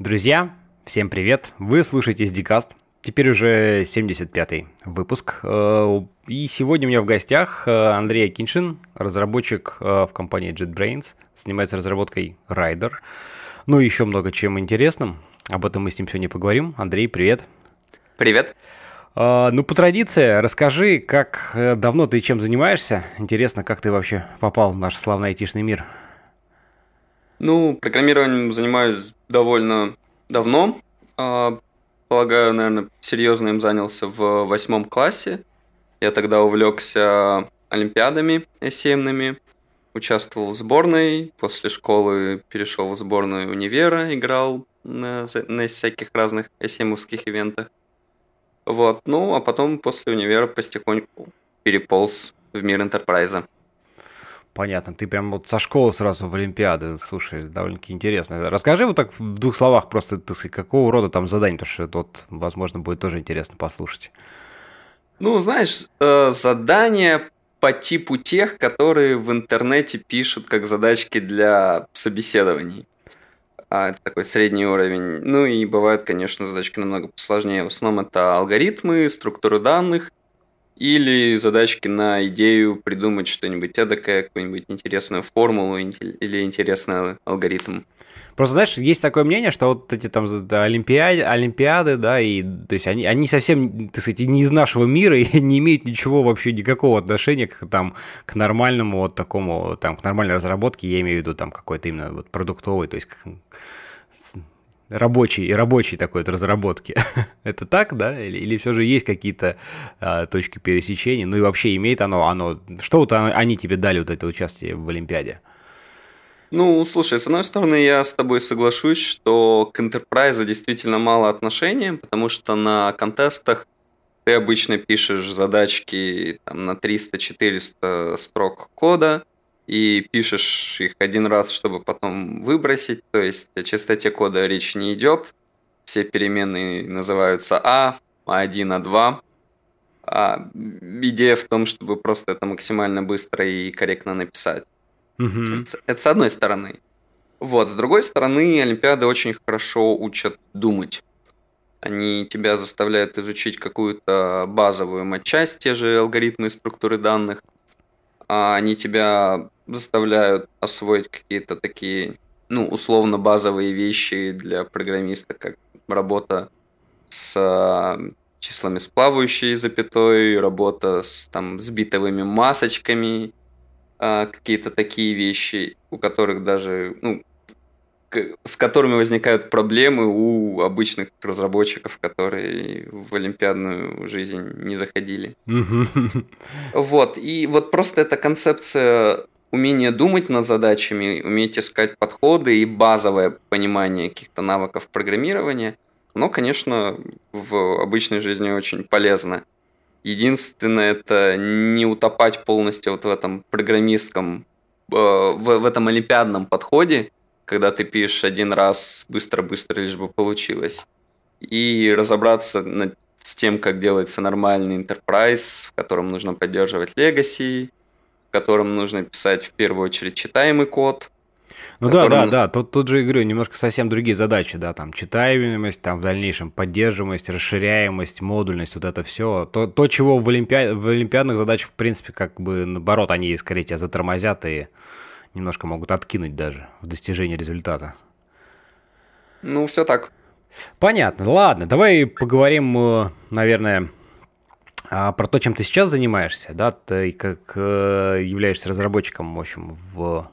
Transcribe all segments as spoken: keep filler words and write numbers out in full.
Друзья, всем привет! Вы слушаете эс ди каст, теперь уже семьдесят пятый выпуск. И сегодня у меня в гостях Андрей Акиньшин, разработчик в компании JetBrains, занимается разработкой Rider. Ну и еще много чем интересным. Об этом мы с ним сегодня поговорим. Андрей, привет! Привет! Ну, по традиции, расскажи, как давно ты чем занимаешься? Интересно, как ты вообще попал в наш славный айтишный мир? Ну, программированием занимаюсь довольно давно. Полагаю, наверное, серьезно им занялся в восьмом классе. Я тогда увлекся олимпиадами эсэмными, участвовал в сборной. После школы перешел в сборную универа, играл на, на всяких разных эсэмовских ивентах. Вот. Ну, а потом после универа потихоньку переполз в мир энтерпрайза. Понятно, ты прям вот со школы сразу в олимпиады, слушай, довольно-таки интересно. Расскажи вот так в двух словах просто, так сказать, какого рода там задание, потому что тут, возможно, будет тоже интересно послушать. Ну, знаешь, задания по типу тех, которые в интернете пишут как задачки для собеседований. Это такой средний уровень. Ну и бывают, конечно, задачки намного посложнее. В основном это алгоритмы, структуры данных, или задачки на идею придумать что-нибудь эдакое, какую-нибудь интересную формулу или интересный алгоритм. Просто, знаешь, есть такое мнение, что вот эти там олимпиады, олимпиады, да, и то есть они, они совсем, так сказать, не из нашего мира и не имеют ничего вообще, никакого отношения к, там, к нормальному вот такому, там, к нормальной разработке, я имею в виду там какой-то именно вот продуктовый, то есть рабочий, рабочий такой вот разработки. Это так, да? Или, или все же есть какие-то а, точки пересечения? Ну и вообще имеет оно, оно... Что вот они тебе дали, вот это участие в Олимпиаде? Ну, слушай, с одной стороны, я с тобой соглашусь, что к Enterprise действительно мало отношения, потому что на контестах ты обычно пишешь задачки там, на триста-четыреста строк кода, и пишешь их один раз, чтобы потом выбросить, то есть о чистоте кода речь не идет, все переменные называются А, А1, А2. А идея в том, чтобы просто это максимально быстро и корректно написать. Mm-hmm. Это, это с одной стороны. Вот, с другой стороны, олимпиады очень хорошо учат думать. Они тебя заставляют изучить какую-то базовую матчасть, те же алгоритмы и структуры данных. А они тебя заставляют освоить какие-то такие, ну, условно базовые вещи для программиста, как работа с числами с плавающей запятой, работа с, там, с битовыми масочками, какие-то такие вещи, у которых даже, ну, с которыми возникают проблемы у обычных разработчиков, которые в олимпиадную жизнь не заходили. Mm-hmm. Вот, и вот просто эта концепция умения думать над задачами, уметь искать подходы и базовое понимание каких-то навыков программирования, оно, конечно, в обычной жизни очень полезно. Единственное, это не утопать полностью вот в этом программистском, э, в, в этом олимпиадном подходе, когда ты пишешь один раз быстро-быстро, лишь бы получилось, и разобраться над, с тем, как делается нормальный enterprise, в котором нужно поддерживать legacy, в котором нужно писать в первую очередь читаемый код. Ну да, да, да, тут, тут же, я говорю, немножко совсем другие задачи, да, там читаемость, там в дальнейшем поддерживаемость, расширяемость, модульность, вот это все, то, то чего в, олимпиад, в олимпиадных задачах, в принципе, как бы, наоборот, они, скорее, тебя затормозят и немножко могут откинуть даже в достижении результата. Ну, все так. Понятно, ладно, давай поговорим, наверное, про то, чем ты сейчас занимаешься, да, ты как являешься разработчиком, в общем, в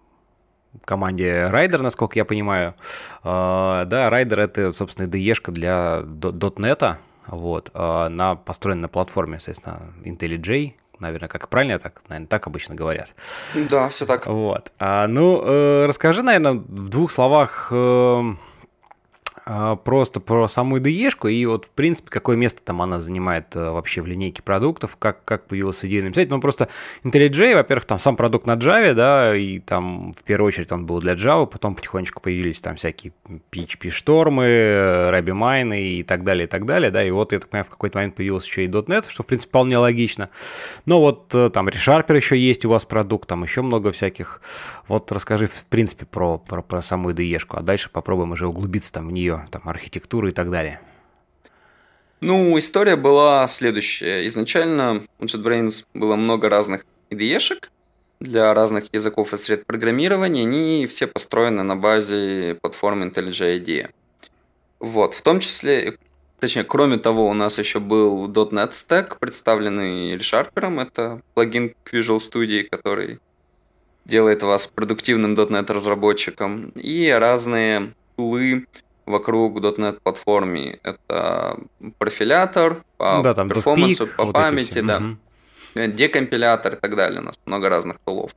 команде Rider, насколько я понимаю. Uh, да, Rider — это, собственно, ай ди и-шка для .дот нет, вот, uh, на, построена на платформе, соответственно, IntelliJ, наверное, как правильно так, наверное, так обычно говорят. Да, все так. Вот. Uh, ну, uh, расскажи, наверное, в двух словах, uh, просто про саму ай ди и-шку и вот, в принципе, какое место там она занимает вообще в линейке продуктов, как, как появилась идея написать. Ну, просто IntelliJ, во-первых, там сам продукт на Java, да, и там в первую очередь он был для Java, потом потихонечку появились там всякие пи эйч пи-штормы, RabbitMine и так далее, и так далее, да, и вот, я так понимаю, в какой-то момент появился еще и .дот нет, что, в принципе, вполне логично. Но вот там ReSharper еще есть у вас продукт, там еще много всяких. Вот расскажи, в принципе, про, про, про саму ай ди и-шку, а дальше попробуем уже углубиться там в нее, там, архитектуру и так далее. Ну, история была следующая. Изначально у JetBrains было много разных ай ди и-шек для разных языков и сред программирования. Они все построены на базе платформы IntelliJ ай ди и. Вот, в том числе, точнее, кроме того, у нас еще был .дот нет Stack, представленный ReSharper. Это плагин к Visual Studio, который делает вас продуктивным .дот нет разработчиком. И разные тулы вокруг .дот нет платформе. Это профилятор по да, там перформансу, Toppeak, по вот памяти, да. Угу. Декомпилятор и так далее. У нас много разных тулов.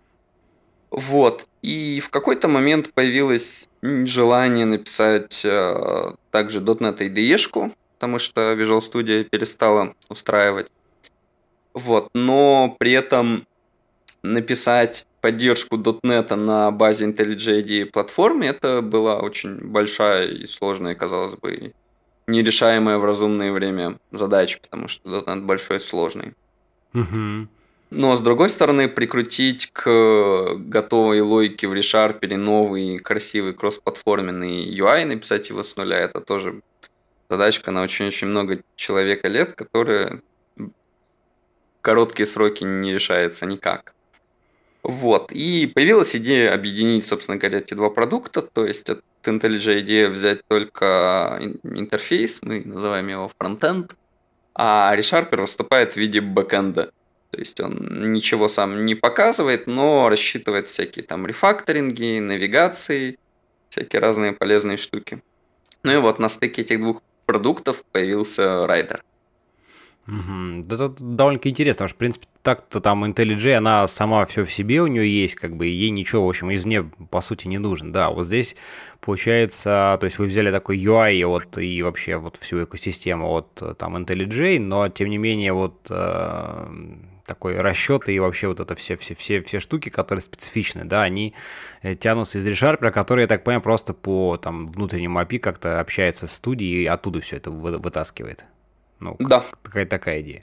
Вот. И в какой-то момент появилось желание написать э, также .дот нет ай ди и-шку, потому что Visual Studio перестала устраивать. Вот. Но при этом написать поддержку .дот нет на базе IntelliJ ай ди платформе, это была очень большая и сложная, казалось бы, нерешаемая в разумное время задача, потому что .дот нет большой и сложный. Угу. Но, с другой стороны, прикрутить к готовой логике в ReSharper новый красивый кроссплатформенный ю ай, написать его с нуля, это тоже задачка на очень-очень много человека лет, которая в короткие сроки не решается никак. Вот. И появилась идея объединить, собственно говоря, эти два продукта, то есть от IntelliJ ай ди взять только интерфейс, мы называем его фронтенд, а ReSharper выступает в виде бэкэнда. То есть он ничего сам не показывает, но рассчитывает всякие там рефакторинги, навигации, всякие разные полезные штуки. Ну и вот на стыке этих двух продуктов появился Rider. Угу. Да, это довольно-таки интересно, потому что, в принципе, так-то там IntelliJ, она сама все в себе у нее есть, как бы, и ей ничего, в общем, извне, по сути, не нужно. Да, вот здесь, получается, то есть вы взяли такой ю ай вот, и вообще вот всю экосистему от там IntelliJ, но, тем не менее, вот э, такой расчет и вообще вот это все, все, все, все штуки, которые специфичны, да, они тянутся из ReSharper, который, я так понимаю, просто по там внутреннему эй пи ай как-то общается с студией и оттуда все это вытаскивает. Ну, да. Такая, такая идея.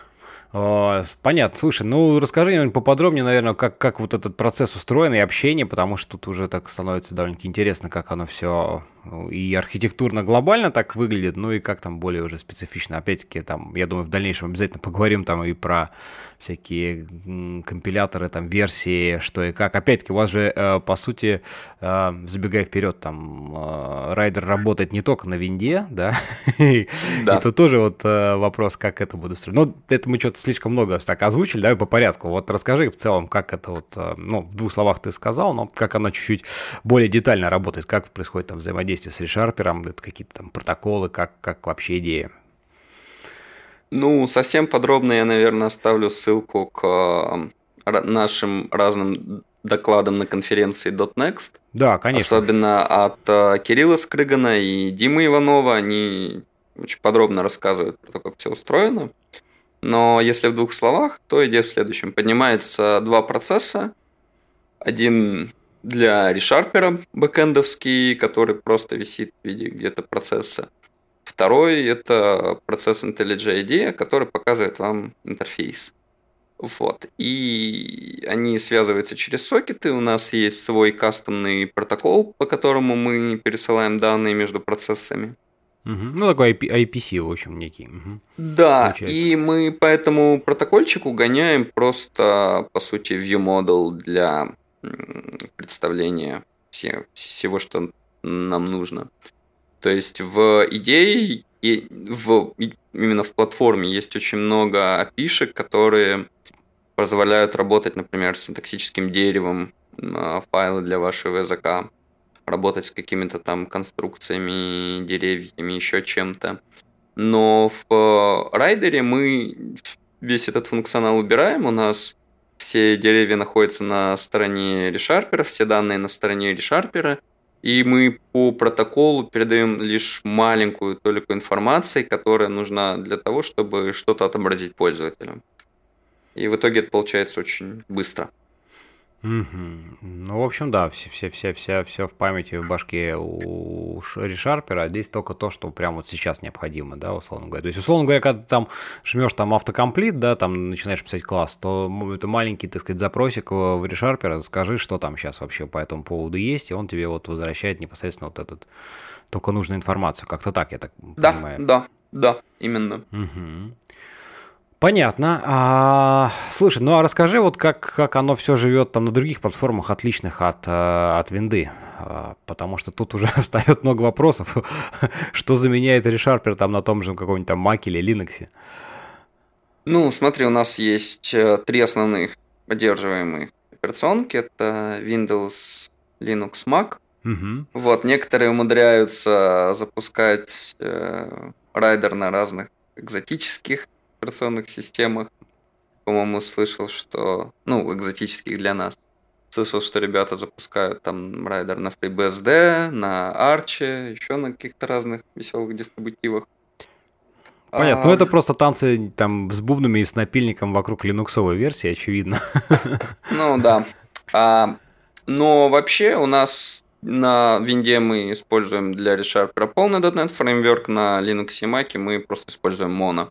Понятно. Слушай, ну расскажи поподробнее, наверное, как, как вот этот процесс устроен и общение, потому что тут уже так становится довольно-таки интересно, как оно все и архитектурно глобально так выглядит, ну и как там более уже специфично. Опять-таки, там, я думаю, в дальнейшем обязательно поговорим там и про всякие компиляторы, там, версии, что и как. Опять-таки, у вас же, по сути, забегая вперед, там, Rider работает не только на винде, да? Да. И тут тоже вот вопрос, как это будет устроено. Ну, это мы что-то слишком много так озвучили, давай по порядку. Вот расскажи в целом, как это вот, ну, в двух словах ты сказал, но как оно чуть-чуть более детально работает, как происходит там взаимодействие с ReSharper, это какие-то там протоколы, как, как вообще идея. Ну, совсем подробно я, наверное, оставлю ссылку к нашим разным докладам на конференции .дот некст. Да, конечно. Особенно от Кирилла Скрыгана и Димы Иванова. Они очень подробно рассказывают про то, как все устроено. Но если в двух словах, то идея в следующем. Поднимается два процесса. Один для ReSharper бэкэндовский, который просто висит в виде где-то процесса. Второй – это процесс IntelliJ ай ди, который показывает вам интерфейс. Вот. И они связываются через сокеты. У нас есть свой кастомный протокол, по которому мы пересылаем данные между процессами. Угу. Ну, такой ай пи си, в общем, некий. Угу. Да, Получается. И мы по этому протокольчику гоняем просто, по сути, view-model для представления всего, что нам нужно. То есть в идее, в, именно в платформе есть очень много эй пи ай-шек, которые позволяют работать, например, с синтаксическим деревом файлы для вашего языка, работать с какими-то там конструкциями, деревьями, еще чем-то. Но в райдере мы весь этот функционал убираем, у нас все деревья находятся на стороне ReSharper, все данные на стороне ReSharper, и мы по протоколу передаем лишь маленькую толику информации, которая нужна для того, чтобы что-то отобразить пользователю. И в итоге это получается очень быстро. Мгм. Ну, в общем, да, все, все, все, все, все в памяти, в башке у Ш- ReSharper, а здесь только то, что прямо вот сейчас необходимо, да, условно говоря. То есть, условно говоря, когда ты там жмешь там автокомплит, да, там начинаешь писать класс, то м, это маленький, так сказать, запросик в в ReSharper, скажи, что там сейчас вообще по этому поводу есть, и он тебе вот возвращает непосредственно вот этот, только нужную информацию. Как-то так, я так Да, понимаю. да, да, именно. Мгм. Понятно. А, слушай, ну а расскажи, вот как, как оно все живет там на других платформах, отличных от, э, от винды. А, потому что тут уже встает много вопросов, что заменяет ReSharper там на том же каком-нибудь там Mac или Linux. Ну, смотри, у нас есть э, три основных поддерживаемых операционки. Это Windows, Linux, Mac. Мгм. Вот, некоторые умудряются запускать э, райдер на разных экзотических операционных системах. По-моему, слышал, что... Ну, экзотических для нас. Слышал, что ребята запускают там райдер на FreeBSD, на Arch, еще на каких-то разных веселых дистрибутивах. Понятно. Ну А, это в- просто танцы там с бубнами и с напильником вокруг линуксовой версии, очевидно. ну да. А, но вообще у нас на винде мы используем для ReSharper полный .дот нет фреймворк, на Linux и Mac мы просто используем Mono.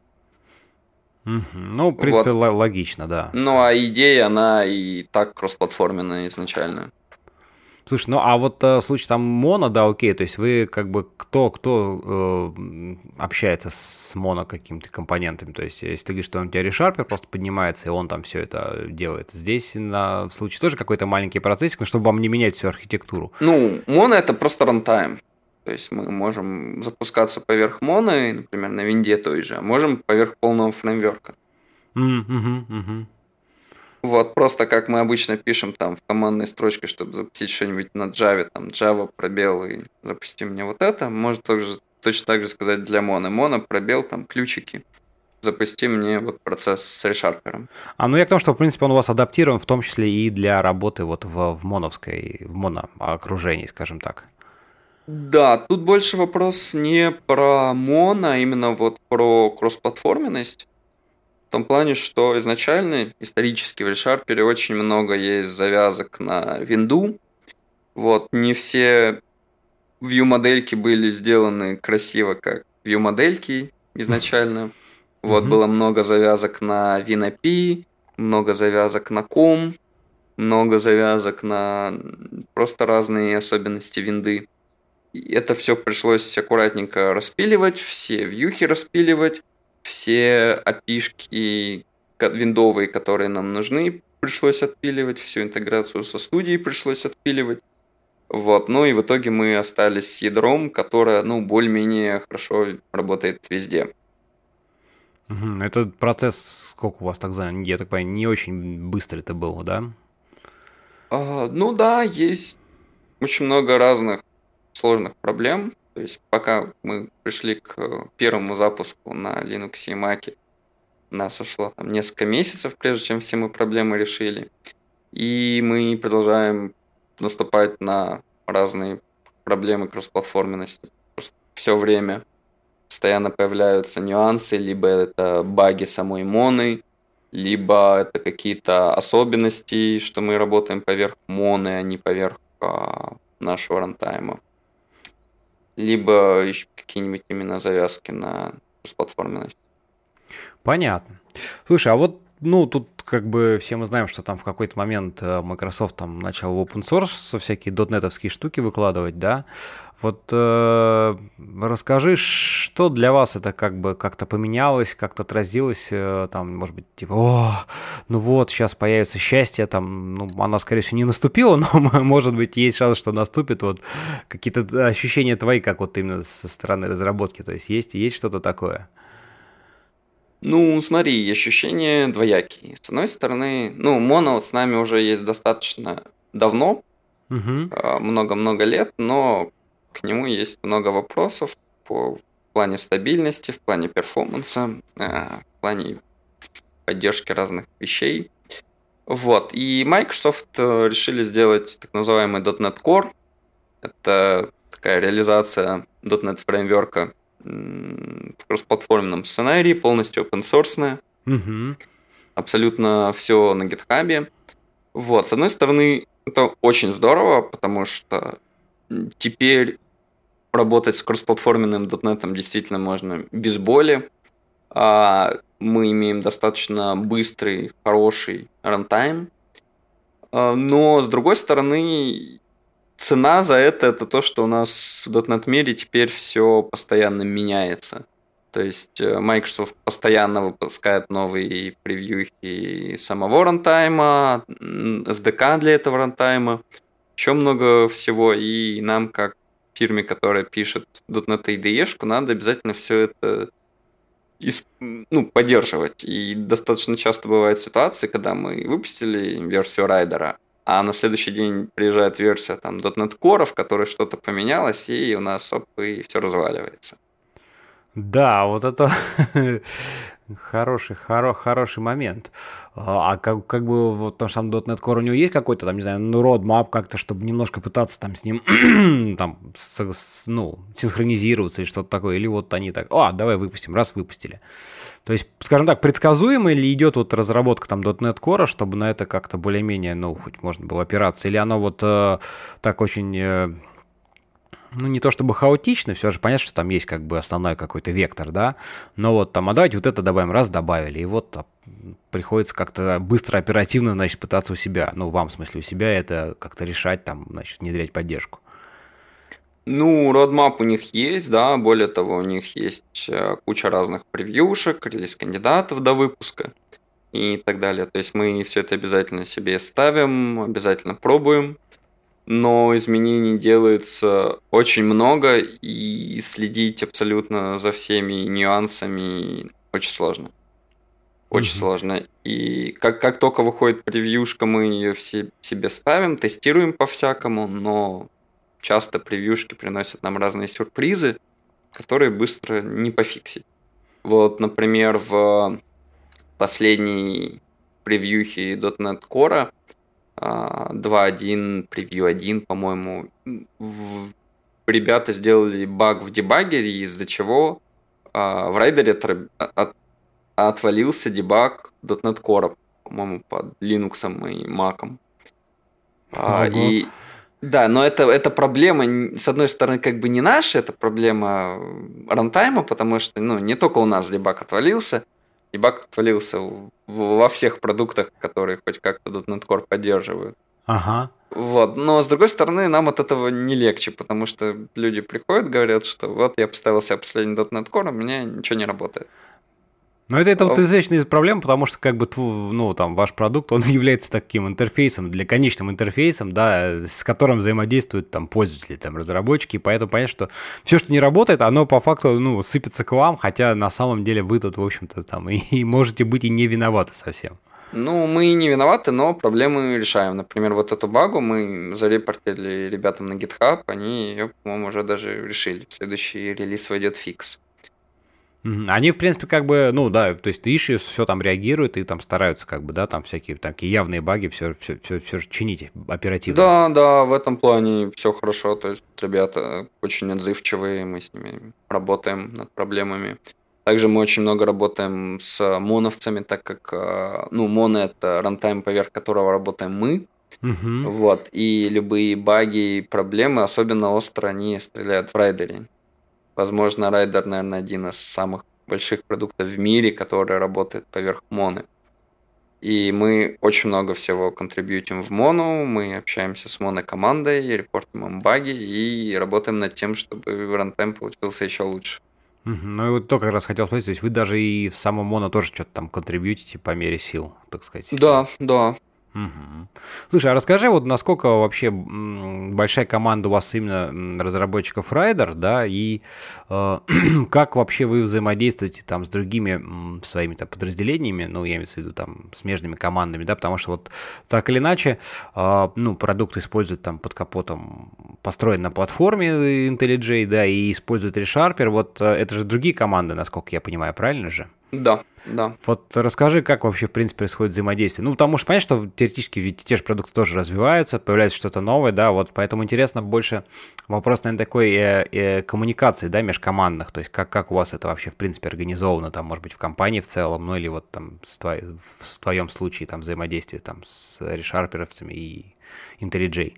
Мгм. Ну, в принципе, Вот. л- логично, да. Ну а идея, она и так кроссплатформенная изначально. Слушай, ну а вот э, в случае там моно, да, окей, то есть вы как бы кто, кто э, м, общается с моно какими-то компонентами, то есть если ты говоришь, что у тебя ReSharper просто поднимается, и он там все это делает, здесь на, в случае тоже какой-то маленький процессик, но чтобы вам не менять всю архитектуру. Ну, Mono это просто рантайм. То есть мы можем запускаться поверх Mono, например, на винде той же, а можем поверх полного фреймворка. М, мгм, мгм. Вот, просто как мы обычно пишем там в командной строчке, чтобы запустить что-нибудь на Java, там Java, пробел и запусти мне вот это, может также, точно так же сказать для Mono. Mono, пробел, там ключики, запусти мне вот процесс с ReSharper. А ну я к тому, что в принципе он у вас адаптирован, в том числе и для работы вот в, в моновской, в моно окружении, скажем так. Да, тут больше вопрос не про моно, а именно вот про кроссплатформенность. В том плане, что изначально, исторически в ReSharper очень много есть завязок на винду. Вот, не все view-модельки были сделаны красиво, как view-модельки изначально. Вот, Мгм. было много завязок на WinAPI, много завязок на ком, много завязок на просто разные особенности винды. И это все пришлось аккуратненько распиливать, все вьюхи распиливать, все опишки ка- виндовые, которые нам нужны, пришлось отпиливать, всю интеграцию со студией пришлось отпиливать. Вот, ну и в итоге мы остались с ядром, которое, ну, более-менее хорошо работает везде. Мгм. Этот процесс сколько у вас так занял? Я так понимаю, не очень быстро это было, да? А, ну да, есть очень много разных сложных проблем. То есть пока мы пришли к первому запуску на Linux и Mac, у нас ушло там несколько месяцев, прежде чем все мы проблемы решили. И мы продолжаем наступать на разные проблемы кроссплатформенности. Все время постоянно появляются нюансы, либо это баги самой моны, либо это какие-то особенности, что мы работаем поверх моны, а не поверх а, нашего рантайма. Либо еще какие-нибудь именно завязки на кроссплатформенность. Понятно. Слушай, а вот, ну, тут как бы все мы знаем, что там в какой-то момент э, Microsoft там начал в open source всякие дотнетовские штуки выкладывать, да? Вот э, расскажи, что для вас это как бы как-то поменялось, как-то отразилось, э, там, может быть, типа, о, ну вот, сейчас появится счастье, там, ну, оно, скорее всего, не наступило, но, может быть, есть шанс, что наступит, вот, какие-то ощущения твои, как вот именно со стороны разработки, то есть есть, есть что-то такое? Ну, смотри, ощущения двоякие. С одной стороны, ну, моно вот с нами уже есть достаточно давно, Угу. а, много-много лет, но к нему есть много вопросов по в плане стабильности, в плане перформанса, а, в плане поддержки разных вещей. Вот. И Microsoft э, решили сделать так называемый .дот нет Core. Это такая реализация .дот нет фреймворка в кроссплатформенном сценарии, полностью open-source. Угу. Абсолютно все на GitHub. Вот, с одной стороны, это очень здорово, потому что теперь работать с кроссплатформенным .дот нет действительно можно без боли. А мы имеем достаточно быстрый, хороший рантайм. Но, с другой стороны, цена за это это то, что у нас в .дот нет мире теперь все постоянно меняется. То есть Microsoft постоянно выпускает новые превьюхи самого рантайма, эс ди кей для этого рантайма, еще много всего. И нам, как фирме, которая пишет .дот нет ай ди и-шку, надо обязательно все это ну, поддерживать. И достаточно часто бывают ситуации, когда мы выпустили версию райдера, а на следующий день приезжает версия там .дот нет Core, в которой что-то поменялось, и у нас оп, и все разваливается. Да, вот это хороший, хоро, хороший момент. А как, как бы вот то, что там .дот нет Core у него есть какой-то там, не знаю, ну, roadmap как-то, чтобы немножко пытаться там с ним там, с, с, ну, синхронизироваться или что-то такое, или вот они так, а, давай выпустим, раз выпустили. То есть, скажем так, предсказуемо ли идет вот разработка там .дот нет Core, чтобы на это как-то более-менее, ну, хоть можно было опираться, или оно вот э, так очень... Э, ну, не то чтобы хаотично, все же понятно, что там есть как бы основной какой-то вектор, да, но вот там, а давайте вот это добавим, раз добавили, и вот а, приходится как-то быстро, оперативно, значит, пытаться у себя, ну, вам, в смысле, у себя это как-то решать, там, значит, внедрять поддержку. Ну, roadmap у них есть, да, более того, у них есть куча разных превьюшек, релиз-кандидатов до выпуска и так далее, то есть мы все это обязательно себе ставим, обязательно пробуем. Но изменений делается очень много, и следить абсолютно за всеми нюансами очень сложно. Очень mm-hmm. сложно. И как, как только выходит превьюшка, мы ее все себе ставим, тестируем по-всякому, но часто превьюшки приносят нам разные сюрпризы, которые быстро не пофиксить. Вот, например, в последней превьюхе .дот нет Core два один, превью один, по-моему, ребята сделали баг в дебагере, из-за чего в райдере от, отвалился дебаг .дот нет Core, по-моему, под Linux и Mac. Ого. И да, но это, это проблема, с одной стороны, как бы не наша, это проблема рантайма, потому что ну, не только у нас дебаг отвалился, дебаг отвалился во всех продуктах, которые хоть как-то .дот нет Core поддерживают. Ага. Вот. Но, с другой стороны, нам от этого не легче, потому что люди приходят, говорят, что вот я поставил себе последний .дот нет Core, у меня ничего не работает. Но это, это вот извечная проблема, потому что как бы ну, там, ваш продукт, он является таким интерфейсом, для конечным интерфейсом, да, с которым взаимодействуют там, пользователи, там, разработчики, и поэтому понятно, что все, что не работает, оно по факту ну, сыпется к вам, хотя на самом деле вы тут, в общем-то, там, и, и можете быть и не виноваты совсем. Ну, мы не виноваты, но проблемы решаем. Например, вот эту багу мы зарепортили ребятам на GitHub, они ее, по-моему, уже даже решили. В следующий релиз войдет фикс. Они, в принципе, как бы, ну да, то есть issues все там реагируют и там стараются, как бы, да, там всякие такие явные баги все, все, все, все же чинить оперативно. Да, да, в этом плане все хорошо, то есть ребята очень отзывчивые, мы с ними работаем над проблемами. Также мы очень много работаем с моновцами, так как, ну, моно — это рантайм, поверх которого работаем мы, угу. Вот, и любые баги и проблемы, особенно остро, они стреляют в райдере. Возможно, райдер, наверное, один из самых больших продуктов в мире, который работает поверх моны. И мы очень много всего контрибьютим в мону, мы общаемся с моно-командой, репортим им баги и работаем над тем, чтобы рантайм получился еще лучше. Uh-huh. Ну и вот то как раз хотел спросить, то есть вы даже и в самом моно тоже что-то там контрибьютите по мере сил, так сказать? Да, да. Угу. Слушай, а расскажи, вот насколько вообще большая команда у вас именно разработчиков Rider, да, и э, как вообще вы взаимодействуете там с другими м, своими там подразделениями, ну, я имею в виду там смежными командами, да, потому что вот так или иначе, э, ну, продукт использует там под капотом, построен на платформе IntelliJ, да, и использует ReSharper, вот э, это же другие команды, насколько я понимаю, правильно же? Да, да. Вот расскажи, как вообще, в принципе, происходит взаимодействие. Ну, потому что понятно, что теоретически ведь те же продукты тоже развиваются, появляется что-то новое, да, вот поэтому интересно больше вопрос, наверное, такой э, э, коммуникации, да, межкомандных, то есть как, как у вас это вообще, в принципе, организовано, там, может быть, в компании в целом, ну, или вот там с твой- в твоем случае там взаимодействие там с решарперовцами и IntelliJ.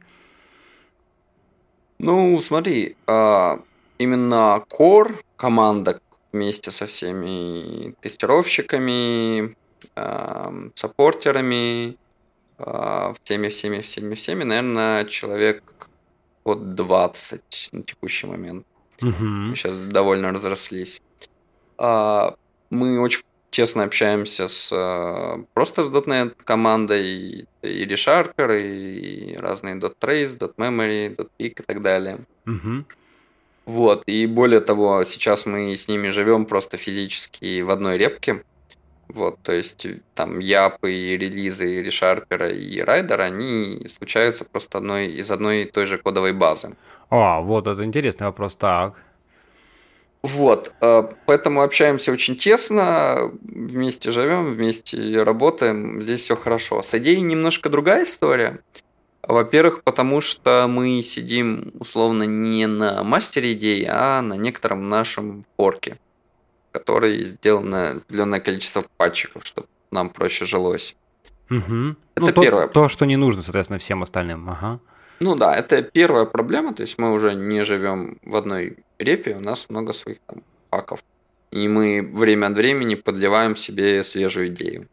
Ну, смотри, а, именно core команда вместе со всеми тестировщиками, ам, саппортерами, а, всеми, всеми, всеми, всеми, наверное, человек от двадцать на текущий момент. Мы Угу. сейчас довольно разрослись. А, Мы очень тесно общаемся с а, просто с .дот нет командой, и ReSharper, и разные .trace, .memory, .peak и так далее. Угу. Вот, и более того, сейчас мы с ними живем просто физически в одной репке. Вот, то есть э, там япы, и релизы, и решарпера, и райдера, они случаются просто одной, из одной и той же кодовой базы. А, вот это интересный вопрос, так. Вот, э, поэтому общаемся очень тесно, вместе живем, вместе работаем, здесь все хорошо. С идеей немножко другая история. Во-первых, потому что мы сидим условно не на мастере идеи, а на некотором нашем форке, который сделано определенное количество патчиков, чтобы нам проще жилось. Угу. Ну, Это то, первое. то, что не нужно, соответственно, всем остальным, ага. Ну да, это первая проблема, то есть мы уже не живем в одной репе, у нас много своих там паков. И мы время от времени подливаем себе свежую идею.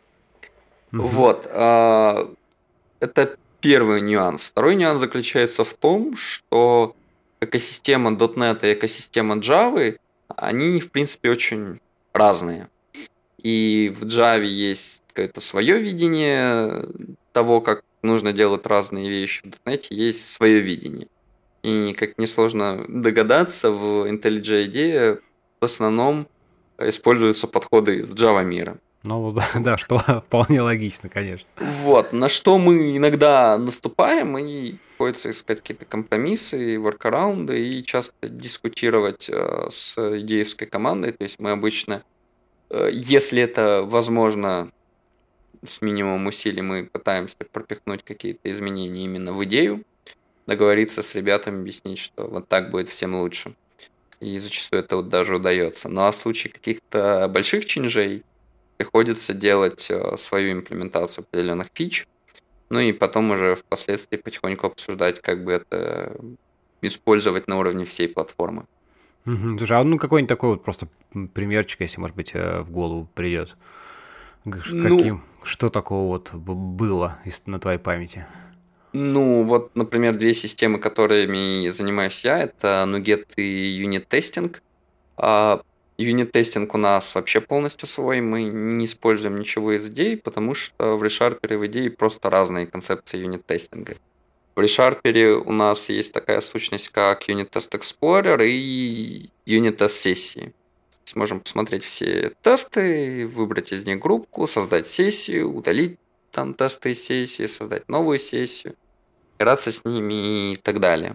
Угу. Вот. а, Это первый нюанс. Второй нюанс заключается в том, что экосистема .дот нет и экосистема Java, они, в принципе, очень разные. И в Java есть какое-то свое видение того, как нужно делать разные вещи. В .дот нет есть свое видение. И, как несложно догадаться, в IntelliJ IDEA в основном используются подходы из Java мира. Ну, да, да, что вполне логично, конечно. Вот, на что мы иногда наступаем, и приходится искать какие-то компромиссы, воркараунды и часто дискутировать э, с идеевской командой. То есть мы обычно, э, если это возможно, с минимумом усилий мы пытаемся пропихнуть какие-то изменения именно в идею, договориться с ребятами, объяснить, что вот так будет всем лучше. И зачастую это вот даже удается. Ну а в случае каких-то больших чинжей приходится делать э, свою имплементацию определенных фич, ну и потом уже впоследствии потихоньку обсуждать, как бы это использовать на уровне всей платформы. Мгм. Слушай, а ну какой-нибудь такой вот просто м, примерчик, если, может быть, э, в голову придет. Г- ш- Ну, Каким, что такого вот б- было из- на твоей памяти? ну, вот, например, две системы, которыми занимаюсь я, это NuGet и Unit Testing. А Unit Testing у нас вообще полностью свой, мы не используем ничего из идей, потому что в ReSharper в идее просто разные концепции Unit тестинга. В ReSharper у нас есть такая сущность, как Unit Test Explorer и Unit Test сессии. Сможем посмотреть все тесты, выбрать из них группку, создать сессию, удалить там тесты из сессии, создать новую сессию, играться с ними и так далее.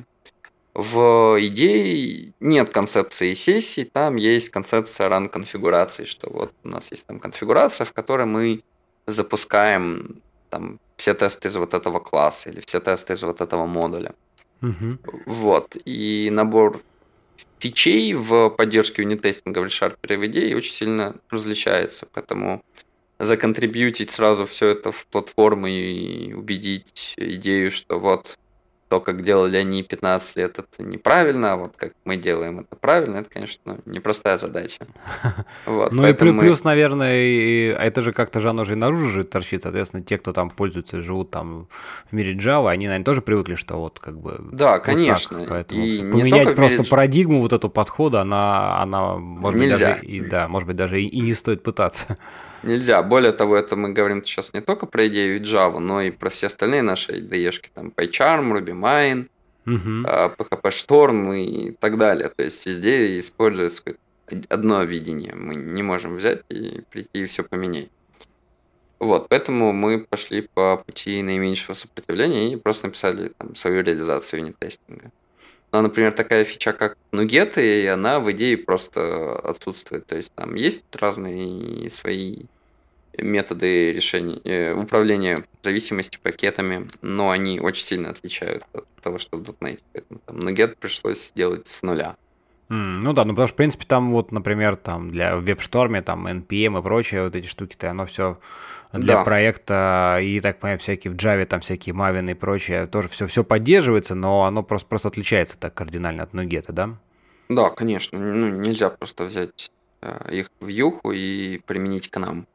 В идее нет концепции сессий, там есть концепция run конфигурации, что вот у нас есть там конфигурация, в которой мы запускаем там все тесты из вот этого класса или все тесты из вот этого модуля. Мгм. Вот. И набор фичей в поддержке юнит-тестинга в ReSharper в идее очень сильно различается, поэтому законтрибьютить сразу все это в платформу и убедить идею, что вот то, как делали они пятнадцать лет, это неправильно, а вот как мы делаем это правильно, это, конечно, непростая задача. Вот, Ну и поэтому плю- мы... плюс, наверное, и- а это же как-то же оно же и наружу же торчит, соответственно, те, кто там пользуются, живут там в мире Java, они, наверное, тоже привыкли, что вот как бы Да, вот так, конечно. поэтому И не только поменять в мире просто Dj- парадигму вот эту подхода, она, она, может быть, даже нельзя. и, да, может быть, даже и, и не стоит пытаться. Нельзя. Более того, это мы говорим сейчас не только про идею Java, но и про все остальные наши ай ди и-шки, там PyCharm, RubyMine, Мгм. а, пи эйч пи Storm и так далее. То есть везде используется какое-то одно видение. Мы не можем взять и прийти и все поменять. Вот, поэтому мы пошли по пути наименьшего сопротивления и просто написали там свою реализацию юнит-тестинга. Но, например, такая фича, как нугеты, и она в идее просто отсутствует. То есть там есть разные свои методы решения, э, управления зависимости пакетами, но они очень сильно отличаются от того, что в .дот нет. Поэтому там нугет пришлось сделать с нуля. М, ну да, ну потому что, в принципе, там вот, например, там для в WebStorm, там эн пи эм и прочее, вот эти штуки-то, оно все для Да, проекта, и, так понимаю, всякие в Java, там всякие Maven и прочее, тоже все, все поддерживается, но оно просто, просто отличается так кардинально от Nuget, да? да, конечно. Ну, нельзя просто взять э, их в юху и применить к нам.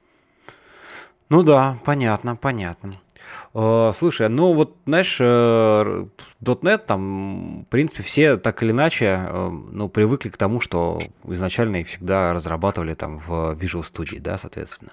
Ну да, понятно, понятно. Э, Слушай, ну вот, знаешь, э, .дот нет там, в принципе, все так или иначе, э, ну, привыкли к тому, что изначально их всегда разрабатывали там в Visual Studio, да, соответственно.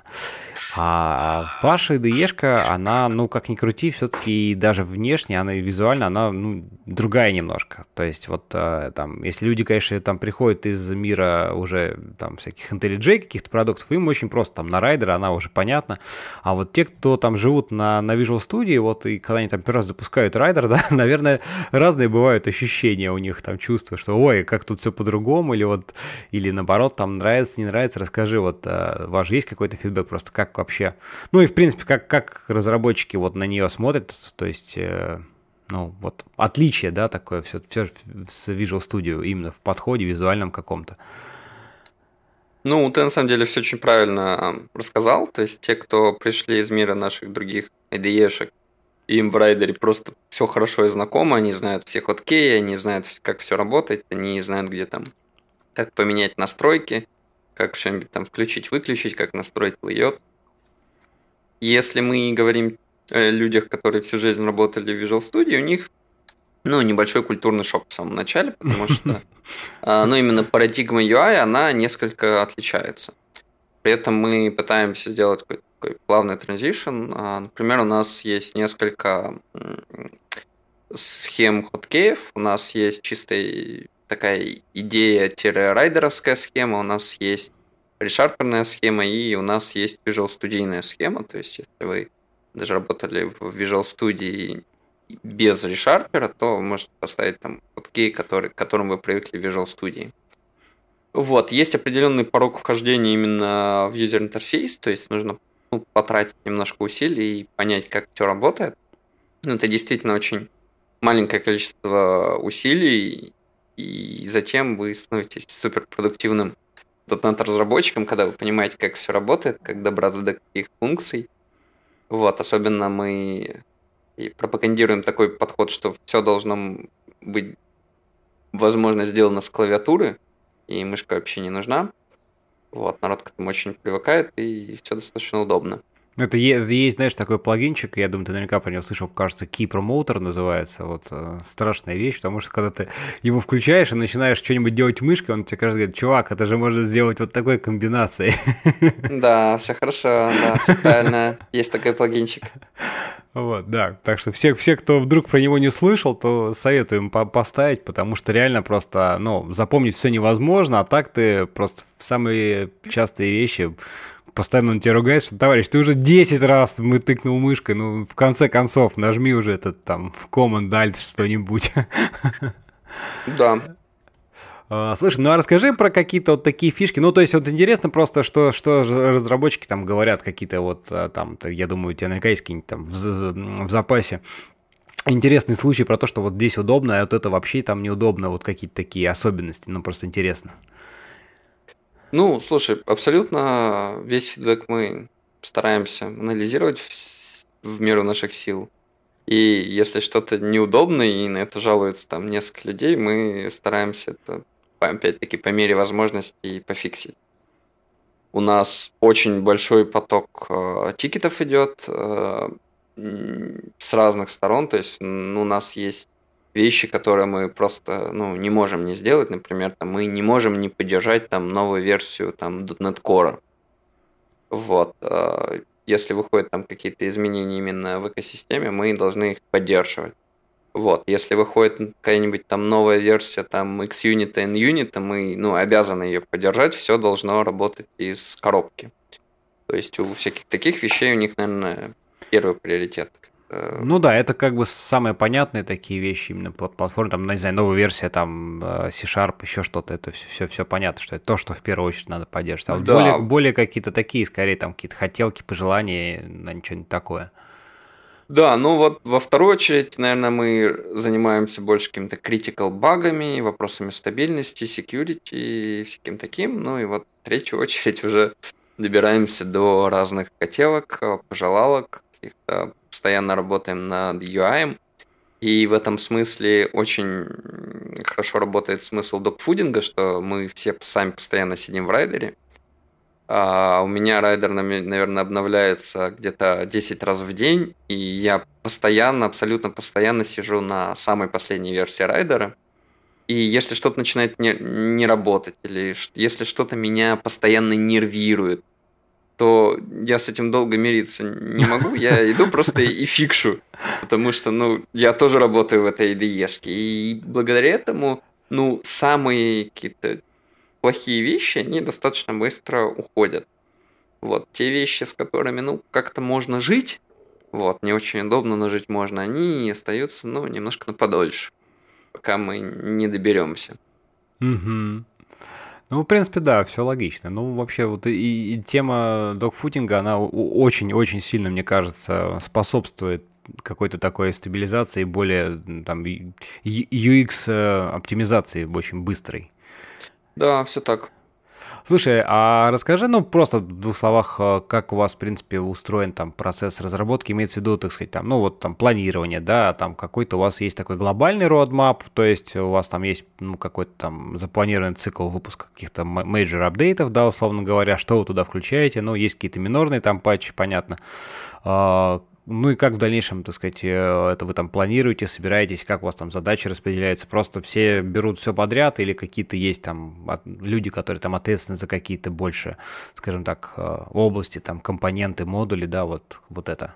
А Паша ай ди и-шка, она, ну, как ни крути, все-таки даже внешне, она и визуально, она, ну, другая немножко. То есть вот э, там, если люди, конечно, там приходят из мира уже там всяких IntelliJ каких-то продуктов, им очень просто там на райдер, она уже понятна. А вот те, кто там живут на, на Visual Studio, вот и когда они там первый раз запускают райдер, да, наверное, разные бывают ощущения у них, там чувства, что ой, как тут все по-другому, или вот, или наоборот, там нравится, не нравится, расскажи, вот э, у вас же есть какой-то фидбэк просто, как вообще, ну и в принципе, как, как разработчики вот на нее смотрят, то есть, э, ну вот отличие, да, такое все, все с Visual Studio именно в подходе визуальном каком-то. Ну, ты на самом деле все очень правильно рассказал. То есть те, кто пришли из мира наших других ай ди и-шек, им в райдере просто все хорошо и знакомо, они знают все хоткеи, они знают, как все работает, они знают, где там, как поменять настройки, как что-нибудь там включить, выключить, как настроить плейот. Если мы говорим о людях, которые всю жизнь работали в Visual Studio, у них ну, небольшой культурный шок в самом начале, потому что а, ну, именно парадигма ю ай, она несколько отличается. При этом мы пытаемся сделать какой-то такой плавный транзишн. А, Например, у нас есть несколько м, схем хоткеев. У нас есть чистая такая идея-райдеровская схема, у нас есть решарперная схема, и у нас есть Visual Studio схема. То есть, если вы даже работали в Visual Studio без решарпера, то вы можете поставить там хоткей, который, к которым вы привыкли в Visual Studio. Вот, есть определенный порог вхождения именно в user интерфейс, то есть нужно ну, потратить немножко усилий и понять, как все работает. Ну, это действительно очень маленькое количество усилий, и затем вы становитесь суперпродуктивным .дот нет-разработчиком, когда вы понимаете, как все работает, как добраться до каких функций. Вот, особенно мы и пропагандируем такой подход, что все должно быть, возможно, сделано с клавиатуры, и мышка вообще не нужна. Вот, народ к этому очень привыкает, и все достаточно удобно. Это есть, есть, знаешь, такой плагинчик, я думаю, ты наверняка про него слышал, кажется, Key Promoter называется, вот, э, страшная вещь, потому что когда ты его включаешь и начинаешь что-нибудь делать мышкой, он тебе кажется, говорит, чувак, это же можно сделать вот такой комбинацией. Да, все хорошо, да, все правильно, есть такой плагинчик. Вот, да, так что все, все, кто вдруг про него не слышал, то советуем по поставить, потому что реально просто, ну, запомнить все невозможно, а так ты просто в самые частые вещи постоянно он тебя ругает, что, товарищ, ты уже десять раз мы тыкнул мышкой, ну, в конце концов, нажми уже этот там в Command Alt что-нибудь. Да. А, Слушай, ну а расскажи про какие-то вот такие фишки. Ну, то есть, вот интересно просто, что, что же разработчики там говорят, какие-то вот а, там, я думаю, у тебя наверняка есть какие-нибудь там в, за- в запасе интересные случаи про то, что вот здесь удобно, а вот это вообще там неудобно, вот какие-то такие особенности, ну, просто интересно. Ну, слушай, абсолютно весь фидбэк мы стараемся анализировать в, с- в меру наших сил. И если что-то неудобно, и на это жалуется там несколько людей, мы стараемся это, по- опять-таки, по мере возможности пофиксить. У нас очень большой поток э, тикетов идет э, м, с разных сторон. То есть м, у нас есть вещи, которые мы просто ну, не можем не сделать. Например, там, мы не можем не поддержать там, новую версию там, .дот нет Core. Вот. э, Если выходят там какие-то изменения именно в экосистеме, мы должны их поддерживать. Вот, если выходит какая-нибудь там новая версия там Xunit и NUnit, мы ну, обязаны ее поддержать, все должно работать из коробки. То есть у всяких таких вещей у них, наверное, первый приоритет. Э, Ну да, это как бы самые понятные такие вещи именно пла- платформы, там, ну, не знаю, новая версия, там, э, C-Sharp, еще что-то, это все, все, все понятно, что это то, что в первую очередь надо поддерживать. А вот более, Да, более какие-то такие, скорее, там, какие-то хотелки, пожелания, на ничего не такое. да, ну вот во вторую очередь, наверное, мы занимаемся больше какими-то critical багами, вопросами стабильности, security и всяким таким. Ну и вот в третью очередь уже добираемся до разных хотелок, э, пожелалок, каких-то постоянно работаем над ю ай. И в этом смысле очень хорошо работает смысл догфудинга, что мы все сами постоянно сидим в райдере. А у меня райдер, наверное, обновляется где-то десять раз в день, и я постоянно, абсолютно постоянно сижу на самой последней версии райдера. И если что-то начинает не, не работать, или ш- если что-то меня постоянно нервирует, то я с этим долго мириться не могу, я иду просто и фикшу, потому что, ну, я тоже работаю в этой ай ди и-шке, и благодаря этому, ну, самые какие-то плохие вещи, они достаточно быстро уходят. Вот, те вещи, с которыми, ну, как-то можно жить, вот, не очень удобно, но жить можно, они остаются, ну, немножко на подольше, пока мы не доберемся. Мгм. Ну, в принципе, да, все логично. Ну, вообще, вот и, и тема догфутинга, она о- очень-очень сильно, мне кажется, способствует какой-то такой стабилизации, более м, там ю- ю экс э, оптимизации очень быстрой. Да, все так. Слушай, а расскажи, ну, просто в двух словах, э, как у вас, в принципе, устроен там процесс разработки, имеется в виду, так сказать, там, ну, вот там планирование, да, там какой-то у вас есть такой глобальный roadmap, то есть у вас там есть, ну, какой-то там запланированный цикл выпуска каких-то мейджор апдейтов, да, условно говоря, что вы туда включаете, ну, есть какие-то минорные там патчи, понятно. А, ну и как в дальнейшем, так сказать, э, это вы там планируете, собираетесь, как у вас там задачи распределяются? Просто все берут все подряд или какие-то есть там от- люди, которые там ответственны за какие-то больше, скажем так, э, области, там компоненты, модули, да, вот, вот это.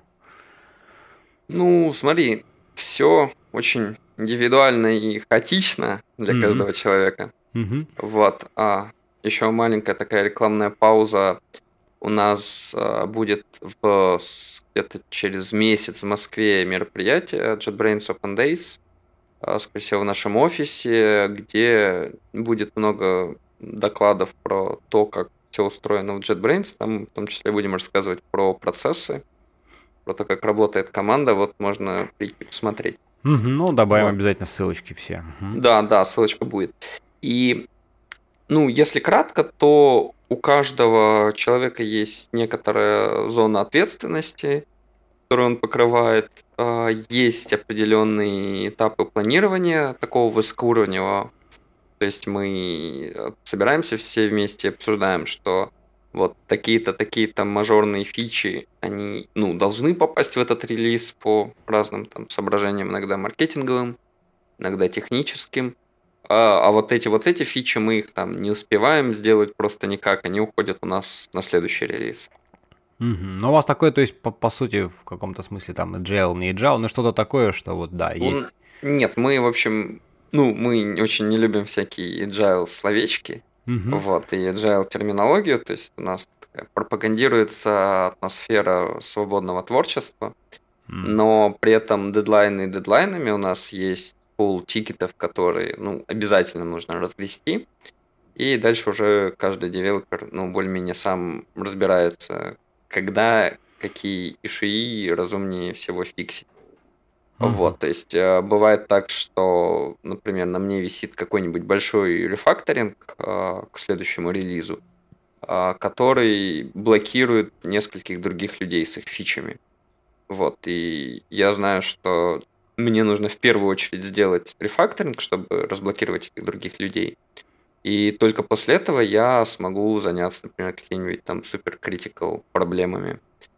Ну, смотри, все очень индивидуально и хаотично для Мгм. каждого человека. Мгм. Вот. А еще маленькая такая рекламная пауза. У нас а, будет в, с- где-то через месяц в Москве мероприятие JetBrains Open Days, а, скорее всего, в нашем офисе, где будет много докладов про то, как все устроено в JetBrains. Там в том числе будем рассказывать про процессы, про то, как работает команда. Вот можно прийти посмотреть. Мгм. Ну, добавим Вот. обязательно ссылочки все. Мгм. Да, да, ссылочка будет. И, ну, если кратко, то у каждого человека есть некоторая зона ответственности, которую он покрывает. А, Есть определенные этапы планирования такого высокоуровневого. То есть мы э, собираемся все вместе, обсуждаем, что вот такие-то, такие-то мажорные фичи, они, ну, должны попасть в этот релиз по разным там соображениям, иногда маркетинговым, иногда техническим. А, а вот эти вот эти фичи мы их там не успеваем сделать просто никак, они уходят у нас на следующий релиз. Мгм. Ну, у вас такое, то есть, по, по сути, в каком-то смысле там agile, не agile, но что-то такое, что вот, да, Он... есть. Нет, мы, в общем, ну, мы очень не любим всякие agile словечки, Мгм. вот, и agile терминологию, то есть у нас такая пропагандируется атмосфера свободного творчества, М. но при этом дедлайны дедлайнами у нас есть пул тикетов, которые, ну, обязательно нужно разгрести, и дальше уже каждый девелопер, ну, более-менее сам разбирается, когда какие ишуи разумнее всего фиксить. Мгм. Вот, то есть э, бывает так, что, например, на мне висит какой-нибудь большой рефакторинг э, к следующему релизу, а, который блокирует нескольких других людей с их фичами. Вот, и я знаю, что мне нужно в первую очередь сделать рефакторинг, чтобы разблокировать этих других людей. И только после этого я смогу заняться, например, какими-нибудь там супер критикал проблемами,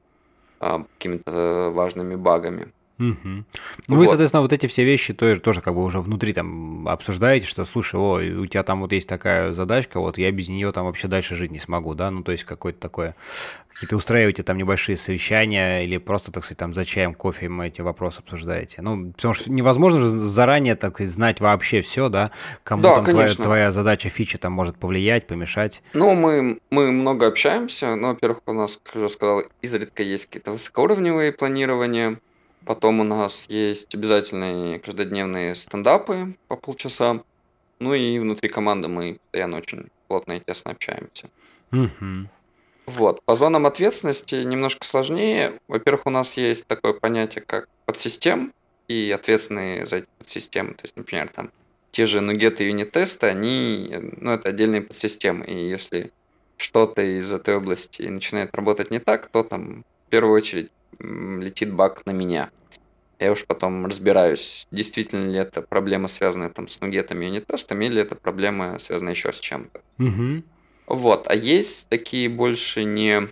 а, какими-то важными багами. Мгм. Ну, вы, Вот. соответственно, вот эти все вещи тоже, тоже как бы уже внутри там обсуждаете, что, слушай, о, у тебя там вот есть такая задачка, вот я без нее там вообще дальше жить не смогу, да, ну, то есть какое-то такое, какие-то устраиваете там небольшие совещания или просто, так сказать, там за чаем, кофе эти вопросы обсуждаете. Ну, потому что невозможно же заранее, так сказать, знать вообще все, да, кому Да, там твоя, конечно. твоя задача, фича там может повлиять, помешать. Ну, мы, мы много общаемся. Ну, во-первых, у нас, как я уже сказал, изредка есть какие-то высокоуровневые планирования. Потом у нас есть обязательные каждодневные стендапы по полчаса. Ну и внутри команды мы постоянно очень плотно и тесно общаемся. Мгм. Вот. По зонам ответственности немножко сложнее. Во-первых, у нас есть такое понятие, как подсистем и ответственные за эти подсистемы. То есть, например, там те же нугеты и юнит-тесты, они, ну, это отдельные подсистемы. И если что-то из этой области начинает работать не так, то там в первую очередь м, летит баг на меня. Я уж потом разбираюсь, действительно ли это проблема, связанная там с нугетами и юнит-тестами, или это проблема, связанная еще с чем-то. Мгм. Вот. А есть такие больше не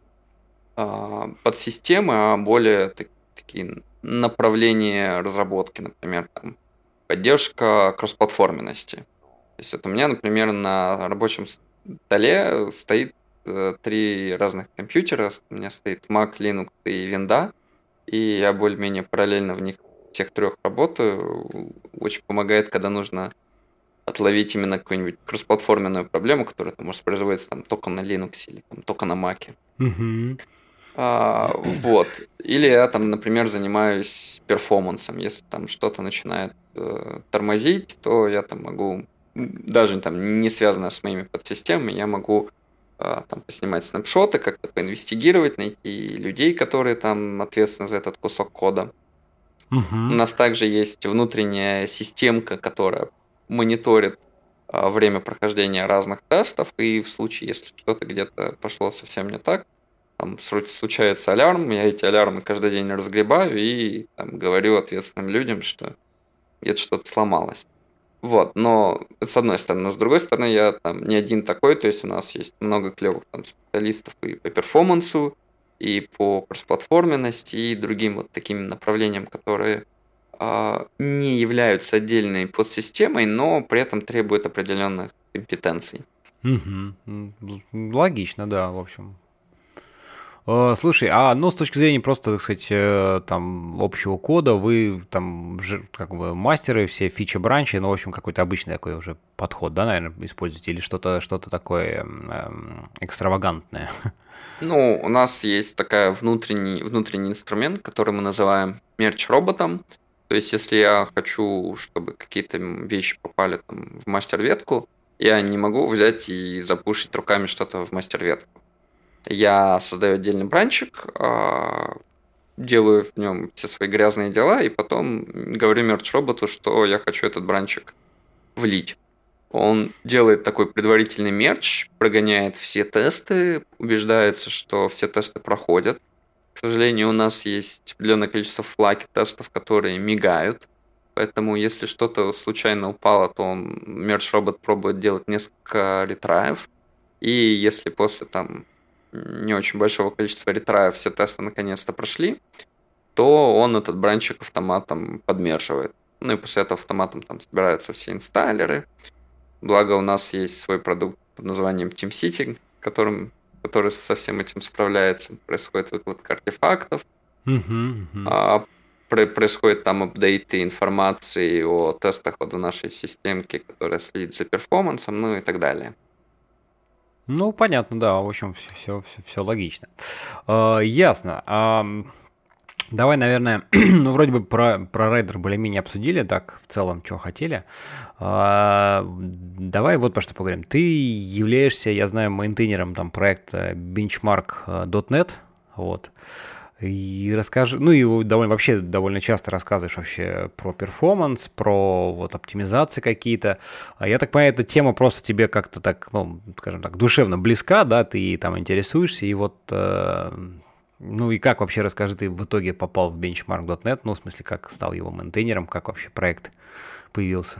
а, подсистемы, а более так- такие направления разработки, например, там, поддержка кроссплатформенности. То есть это у меня, например, на рабочем столе стоит э, три разных компьютера. У меня стоит Mac, Linux и Windows, и я более-менее параллельно в них всех трех работаю. Очень помогает, когда нужно отловить именно какую-нибудь кроссплатформенную проблему, которая там, может производиться там, только на Linux или там, только на Mac. Мгм. А, вот. Или я там, например, занимаюсь перформансом. Если там что-то начинает э, тормозить, то я там могу, м, даже там не связано с моими подсистемами, я могу а, там поснимать снапшоты, как-то поинвестигировать, найти людей, которые там ответственны за этот кусок кода. У Мгм. нас также есть внутренняя системка, которая мониторит а, время прохождения разных тестов, и в случае, если что-то где-то пошло совсем не так, там сру- случается алярм, я эти алярмы каждый день разгребаю и там, говорю ответственным людям, что где-то что-то сломалось. Вот, но это с одной стороны. Но с другой стороны, я там не один такой, то есть у нас есть много клевых там специалистов и по перформансу, и по кроссплатформенности, и другим вот таким направлениям, которые а, не являются отдельной подсистемой, но при этом требуют определенных компетенций. Мгм. М, л- Логично, да, в общем. Э, Слушай, а ну с точки зрения просто, так сказать, э, там общего кода, вы там же как бы мастеры, все фичи бранчи, ну, в общем, какой-то обычный такой уже подход, да, наверное, используете, или что-то что-то такое эм, эм, экстравагантное? Ну, у нас есть такая внутренний, внутренний инструмент, который мы называем мерч-роботом. То есть, если я хочу, чтобы какие-то м, вещи попали там, в мастер-ветку, я не могу взять и запушить руками что-то в мастер-ветку. Я создаю отдельный бранчик, а, делаю в нем все свои грязные дела, и потом говорю мерч-роботу, что я хочу этот бранчик влить. Он делает такой предварительный мерч, прогоняет все тесты, убеждается, что все тесты проходят. К сожалению, у нас есть определенное количество флаги тестов, которые мигают. Поэтому, если что-то случайно упало, то он, мерч-робот пробует делать несколько ретраев. И если после там не очень большого количества ретраев все тесты наконец-то прошли, то он этот бранчик автоматом подмерживает. Ну и после этого автоматом там собираются все инсталлеры. Благо у нас есть свой продукт под названием TeamCity, которым, который со всем этим справляется. Происходит выкладка артефактов, Мгм, мгм. а про- происходит там апдейты информации о тестах вот в нашей системке, которая следит за перформансом, ну и так далее. Ну, понятно, да, в общем, все, все, все, все логично. Э, Ясно. Ам, Давай, наверное, ну, вроде бы про, про райдер более-менее обсудили, так, в целом, что хотели. А, давай вот про что поговорим. Ты являешься, я знаю, мейнтейнером там проекта benchmark точка нет, вот. И расскажи, ну и довольно, вообще довольно часто рассказываешь вообще про перформанс, про вот оптимизации какие-то. А я так понимаю, эта тема просто тебе как-то так, ну, скажем так, душевно близка, да, ты там интересуешься, и вот, э, ну и как вообще, расскажи, ты в итоге попал в benchmark точка нет, ну, в смысле, как стал его мейнтейнером, как вообще проект появился?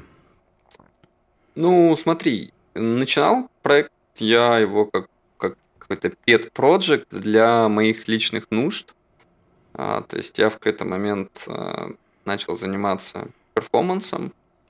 Ну, смотри, начинал проект я его как, как какой-то pet project для моих личных нужд. А, то есть я в какой-то момент а, начал заниматься перформансом,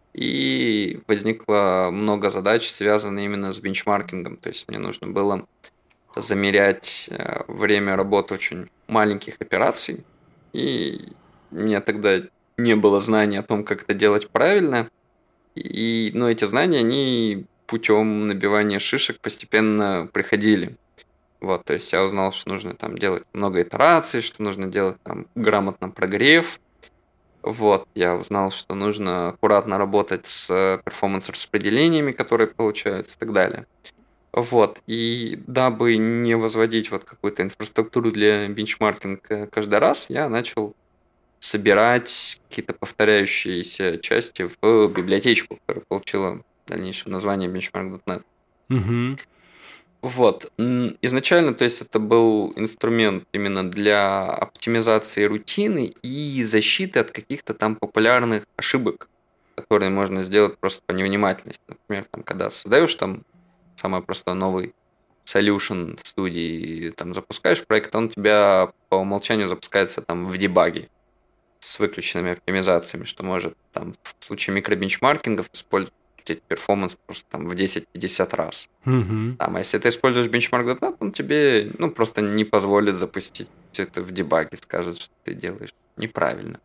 и возникло много задач, связанных именно с бенчмаркингом. То есть мне нужно было замерять э, время работы очень маленьких операций, и у меня тогда не было знаний о том, как это делать правильно. И, но эти знания, они путем набивания шишек постепенно приходили. Вот, то есть я узнал, что нужно там делать много итераций, что нужно делать там грамотно прогрев. Вот, я узнал, что нужно аккуратно работать с перформанс-распределениями, которые получаются и так далее. Вот, и дабы не возводить вот какую-то инфраструктуру для бенчмаркинга каждый раз, я начал собирать какие-то повторяющиеся части в библиотечку, которая получила в дальнейшем название benchmark точка нет. Угу. Вот. Изначально, то есть, это был инструмент именно для оптимизации рутины и защиты от каких-то там популярных ошибок, которые можно сделать просто по невнимательности. Например, там, когда создаешь там самый простой новый solution в студии, там запускаешь проект, он у тебя по умолчанию запускается там в дебаге с выключенными оптимизациями, что может там в случае микробенчмаркингов использовать перформанс просто там в десять-пятьдесят раз. Угу. Там, а если ты используешь benchmark точка нет, он тебе ну, просто не позволит запустить это в дебаге, скажет, что ты делаешь неправильно.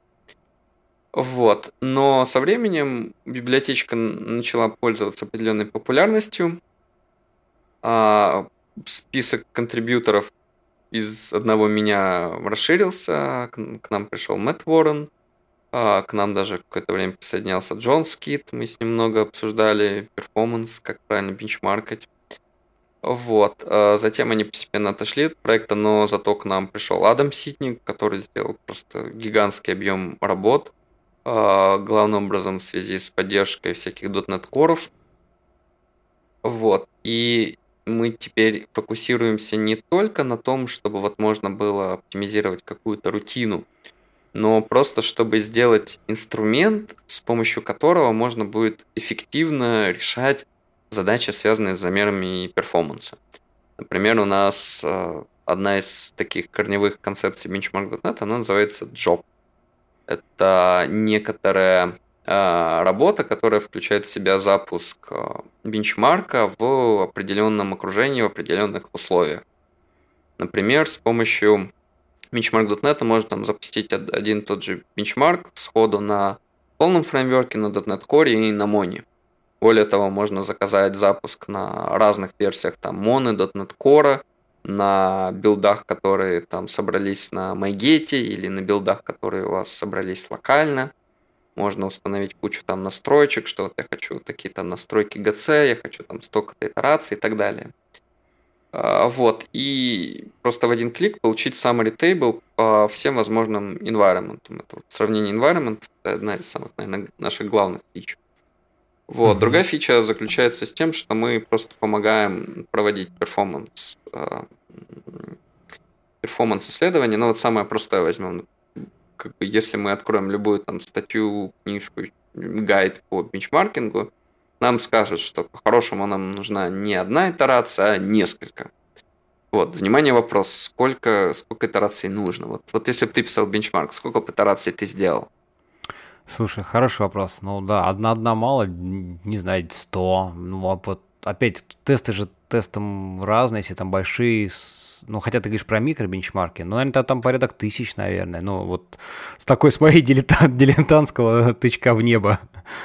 Вот. Но со временем библиотечка начала пользоваться определенной популярностью. А список контрибьюторов из одного меня расширился. К нам пришел Мэтт Уоррен. К нам даже какое-то время присоединялся Джон Скит. Мы с ним много обсуждали перформанс, как правильно бенчмаркать. Вот. Затем они постепенно отошли от проекта, но зато к нам пришел Адам Ситник, который сделал просто гигантский объем работ, главным образом в связи с поддержкой всяких .дот нет коров. Вот. И мы теперь фокусируемся не только на том, чтобы вот можно было оптимизировать какую-то рутину, но просто чтобы сделать инструмент, с помощью которого можно будет эффективно решать задачи, связанные с замерами перформанса. Например, у нас э, одна из таких корневых концепций benchmark точка нет, она называется job. Это некоторая э, работа, которая включает в себя запуск э, бенчмарка в определенном окружении, в определенных условиях. Например, с помощью benchmark точка нет можно там запустить один и тот же бенчмарк сходу на полном фреймворке, на .дот нет Core и на Mono. Более того, можно заказать запуск на разных версиях там Mono, .дот нет Core, на билдах, которые там собрались на MyGate, или на билдах, которые у вас собрались локально. Можно установить кучу там настроечек, что вот я хочу такие-то настройки джи си, я хочу там столько-то итераций и так далее. Вот, и просто в один клик получить summary table по всем возможным environment. Это вот сравнение environment – это одна из самых, наверное, наших главных фич. Вот. Mm-hmm. Другая фича заключается с тем, что мы просто помогаем проводить перформанс, перформанс исследования. Ну вот самое простое возьмем. Как бы, если мы откроем любую там статью, книжку, гайд по бенчмаркингу, нам скажут, что по-хорошему нам нужна не одна итерация, а несколько. Вот, внимание, вопрос, сколько, сколько итераций нужно? Вот, вот если бы ты писал бенчмарк, сколько бы итераций ты сделал? Слушай, хороший вопрос. Ну да, одна-одна мало, не знаю, сто. Ну вот опять тесты же тестом разные, если там большие, ну хотя ты говоришь про микробенчмарки, ну, наверное, там порядок тысяч, наверное. Ну вот с такой, с моей дилетант, дилетантского тычка в небо.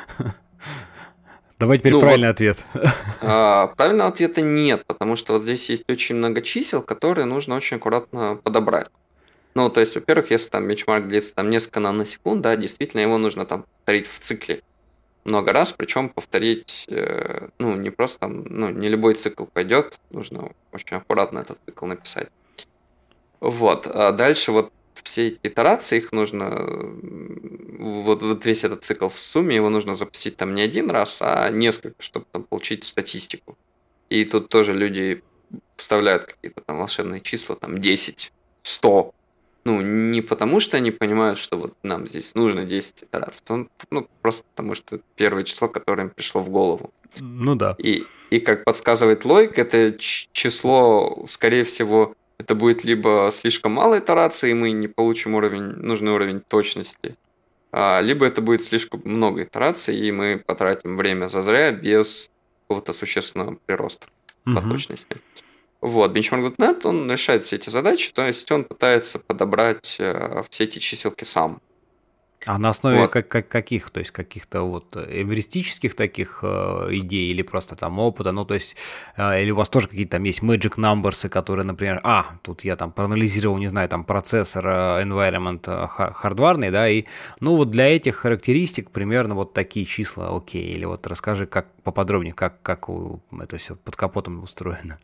Давай теперь ну, правильный вот, ответ. А, правильного ответа нет, потому что вот здесь есть очень много чисел, которые нужно очень аккуратно подобрать. Ну, то есть, во-первых, если там бенчмарк длится там несколько наносекунд, да, действительно его нужно там повторить в цикле много раз, причем повторить, э, ну, не просто там, ну, не любой цикл пойдет, нужно очень аккуратно этот цикл написать. Вот, а дальше вот все эти итерации, их нужно, вот, вот весь этот цикл в сумме, его нужно запустить там не один раз, а несколько, чтобы там получить статистику. И тут тоже люди вставляют какие-то там волшебные числа, там десять, сто. Ну, не потому что они понимают, что вот нам здесь нужно десять итераций, ну, просто потому что это первое число, которое им пришло в голову. Ну да. И, и как подсказывает логика, это число, скорее всего, это будет либо слишком мало итераций, и мы не получим уровень, нужный уровень точности, либо это будет слишком много итераций, и мы потратим время зазря без какого-то существенного прироста угу. по точности. Вот, benchmark точка нет, он решает все эти задачи, то есть он пытается подобрать все эти чиселки сам. А на основе Вот. как, как, каких, то есть каких-то вот эвристических таких э, идей или просто там опыта, ну то есть, э, или у вас тоже какие-то там есть magic numbers, которые, например, а, тут я там проанализировал, не знаю, там процессор, э, environment э, хардварный, да, и ну вот для этих характеристик примерно вот такие числа, окей, или вот расскажи как поподробнее, как, как у- это все под капотом устроено.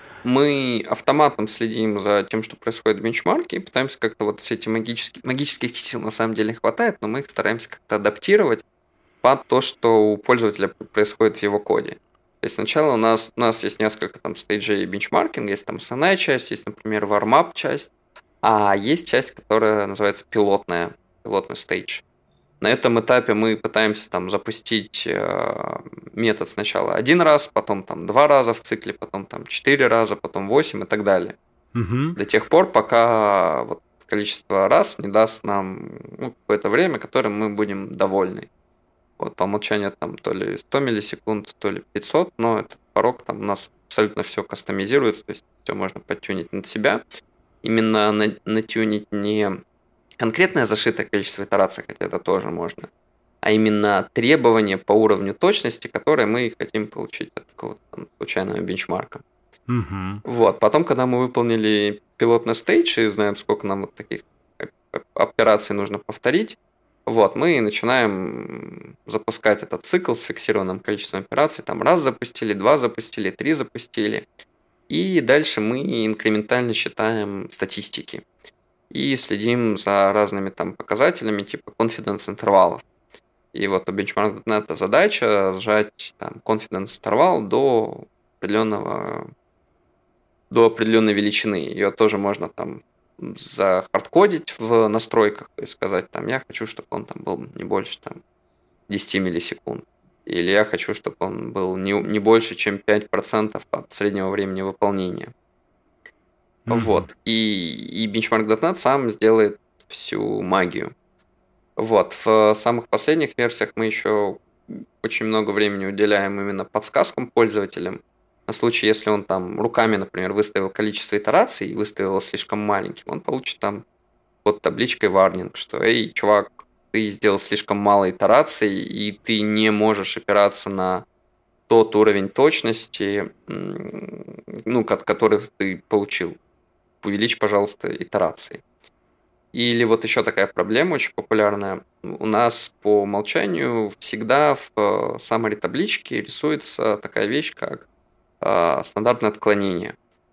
Мы автоматом следим за тем, что происходит в бенчмарке, и пытаемся как-то вот все эти магические, магических чисел на самом деле не хватает, но мы их стараемся как-то адаптировать под то, что у пользователя происходит в его коде. То есть сначала у нас, у нас есть несколько там стейджей бенчмаркинга, есть там основная часть, есть, например, warm-up часть, а есть часть, которая называется пилотная, пилотный стейдж. На этом этапе мы пытаемся там запустить э, метод сначала один раз, потом там два раза в цикле, потом там четыре раза, потом восемь и так далее. Угу. До тех пор, пока вот количество раз не даст нам ну, какое-то время, которым мы будем довольны. Вот по умолчанию там то ли сто миллисекунд, то ли пятьсот, но этот порог там у нас абсолютно все кастомизируется, то есть все можно подтюнить над себя. Именно на, натюнить не конкретное зашитое количество итераций, хотя это тоже можно, а именно требования по уровню точности, которые мы хотим получить от какого-то там случайного бенчмарка. Угу. Вот. Потом, когда мы выполнили пилотный стейдж и знаем, сколько нам вот таких операций нужно повторить, вот, мы начинаем запускать этот цикл с фиксированным количеством операций. Там раз запустили, два запустили, три запустили. И дальше мы инкрементально считаем статистики. И следим за разными там показателями типа confidence интервалов. И вот у Benchmark точка нет задача сжать там confidence интервал до определенного до определенной величины. Ее тоже можно там захардкодить в настройках, то есть сказать там я хочу, чтобы он там был не больше там десять миллисекунд. Или я хочу, чтобы он был не, не больше, чем пять процентов от среднего времени выполнения. Mm-hmm. Вот. И, и Benchmark точка нет сам сделает всю магию. Вот. В самых последних версиях мы еще очень много времени уделяем именно подсказкам пользователям. На случай, если он там руками, например, выставил количество итераций и выставил его слишком маленьким, он получит там под табличкой warning, что «Эй, чувак, ты сделал слишком мало итераций, и ты не можешь опираться на тот уровень точности, ну, который ты получил. Увеличь, пожалуйста, итерации». Или вот еще такая проблема очень популярная. У нас по умолчанию всегда в summary табличке рисуется такая вещь, как э, стандартное отклонение.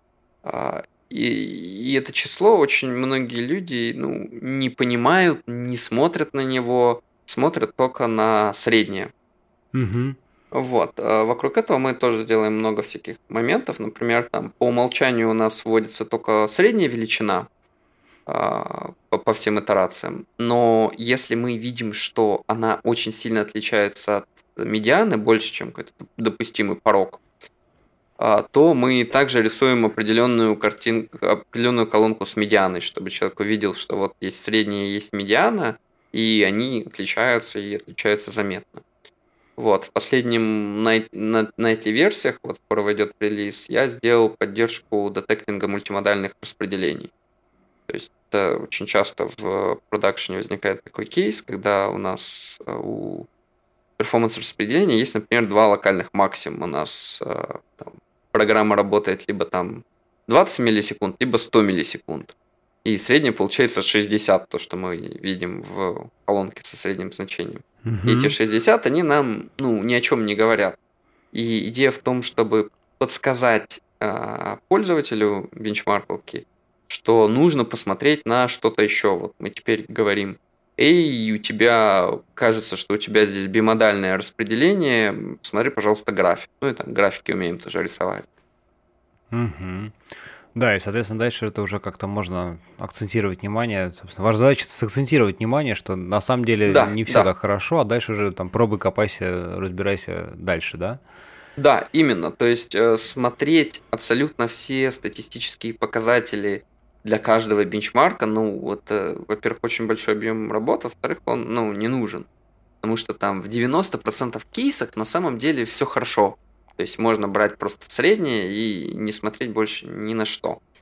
Э, и, и это число очень многие люди ну, не понимают, не смотрят на него, смотрят только на среднее. Угу. Вот. Вокруг этого мы тоже сделаем много всяких моментов. Например, там по умолчанию у нас вводится только средняя величина по, по всем итерациям. Но если мы видим, что она очень сильно отличается от медианы, больше, чем какой-то допустимый порог, то мы также рисуем определенную картинку, определенную колонку с медианой, чтобы человек увидел, что вот есть средняя, есть медиана, и они отличаются и отличаются заметно. Вот, в последнем на, на, на этих версиях, вот скоро войдет релиз, я сделал поддержку детектинга мультимодальных распределений. То есть это очень часто в продакшене возникает такой кейс, когда у нас у перформанс распределения есть, например, два локальных максимума. У нас там, программа работает либо там двадцать миллисекунд, либо сто миллисекунд. И среднее получается шестьдесят, то, что мы видим в колонке со средним значением. Угу. И эти шестьдесят, они нам ну, ни о чем не говорят. И идея в том, чтобы подсказать э, пользователю бенчмаркалки, что нужно посмотреть на что-то еще. Вот мы теперь говорим, эй, у тебя кажется, что у тебя здесь бимодальное распределение, посмотри, пожалуйста, график. Ну и там графики умеем тоже рисовать. Угу. Да, и, соответственно, дальше это уже как-то можно акцентировать внимание. Собственно, ваша задача сакцентировать внимание, что на самом деле да, не все да. так хорошо, а дальше уже там пробуй, копайся, разбирайся дальше, да? Да, именно. То есть э, смотреть абсолютно все статистические показатели для каждого бенчмарка, ну, вот, э, во-первых, очень большой объем работы, во-вторых, он, ну, не нужен. Потому что там в девяносто процентов кейсах на самом деле все хорошо. То есть можно брать просто среднее и не смотреть больше ни на что.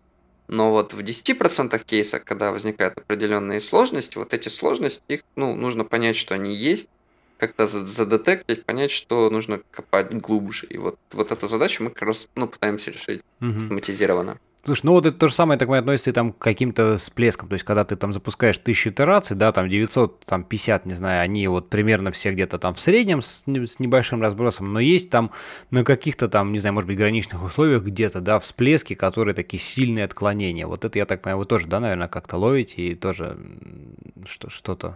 Но вот в десяти процентах кейсов, когда возникают определенные сложности, вот эти сложности, их ну, нужно понять, что они есть, как-то задетектить, понять, что нужно копать глубже. И вот, вот эту задачу мы как раз ну, пытаемся решить Угу. автоматизированно. Слушай, ну вот это то же самое, так понимаю, относится и там к каким-то всплескам. То есть, когда ты там запускаешь тысячу итераций, да, там девятьсот пятьдесят, не знаю, они вот примерно все где-то там в среднем с, с небольшим разбросом, но есть там на каких-то там, не знаю, может быть, граничных условиях где-то, да, всплески, которые такие сильные отклонения. Вот это, я так понимаю, вы тоже, да, наверное, как-то ловите и тоже что- что-то...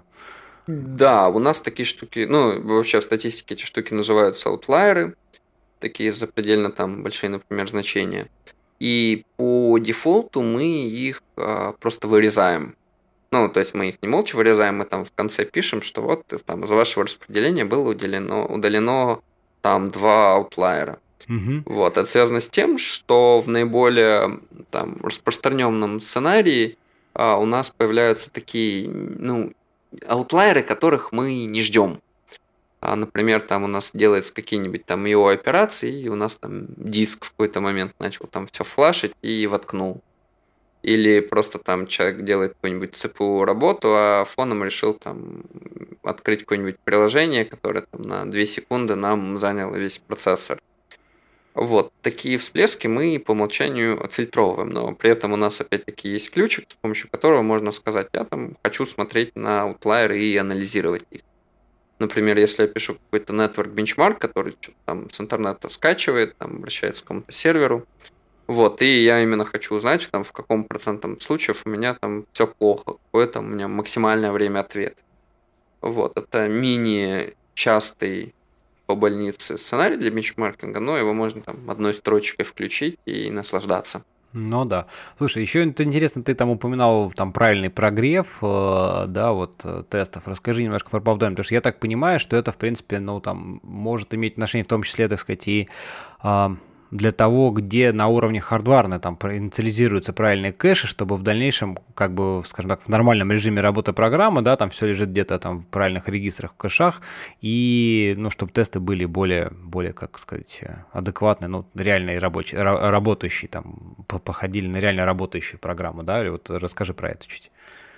Да, у нас такие штуки, ну, вообще в статистике эти штуки называются аутлайеры, такие запредельно там большие, например, значения. И по дефолту мы их а, просто вырезаем. Ну, то есть мы их не молча вырезаем, мы там в конце пишем, что вот там из вашего распределения было удалено, удалено там два аутлайера. Угу. Вот, это связано с тем, что в наиболее там, распространенном сценарии а, у нас появляются такие, ну, аутлайеры, которых мы не ждем. А, например, там у нас делается какие-нибудь там ай о-операции, и у нас там диск в какой-то момент начал там все флашить и воткнул. Или просто там человек делает какую-нибудь си пи ю работу, а фоном решил там открыть какое-нибудь приложение, которое там на две секунды нам заняло весь процессор. Вот, такие всплески мы по умолчанию отфильтровываем, но при этом у нас опять-таки есть ключик, с помощью которого можно сказать, я там хочу смотреть на аутлайеры и анализировать их. Например, если я пишу какой-то network benchmark, который что-то там с интернета скачивает, там обращается к какому-то серверу, вот, и я именно хочу узнать, там, в каком процентном случаев у меня там все плохо, какое там у меня максимальное время ответа. Вот, это менее частый по больнице сценарий для бенчмаркинга, но его можно там одной строчкой включить и наслаждаться. Ну да. Слушай, еще это интересно, ты там упоминал там правильный прогрев, э, да, вот э, тестов. Расскажи немножко про повторение, потому что я так понимаю, что это, в принципе, ну там может иметь отношение в том числе, так сказать, и э, для того, где на уровне хардварно там инициализируются правильные кэши, чтобы в дальнейшем, как бы, скажем так, в нормальном режиме работы программы, да, там все лежит где-то там в правильных регистрах, в кэшах, и, ну, чтобы тесты были более, более, как сказать, адекватные, ну, реальные рабочие, работающие, там, походили на реально работающую программу, да, или вот расскажи про это чуть.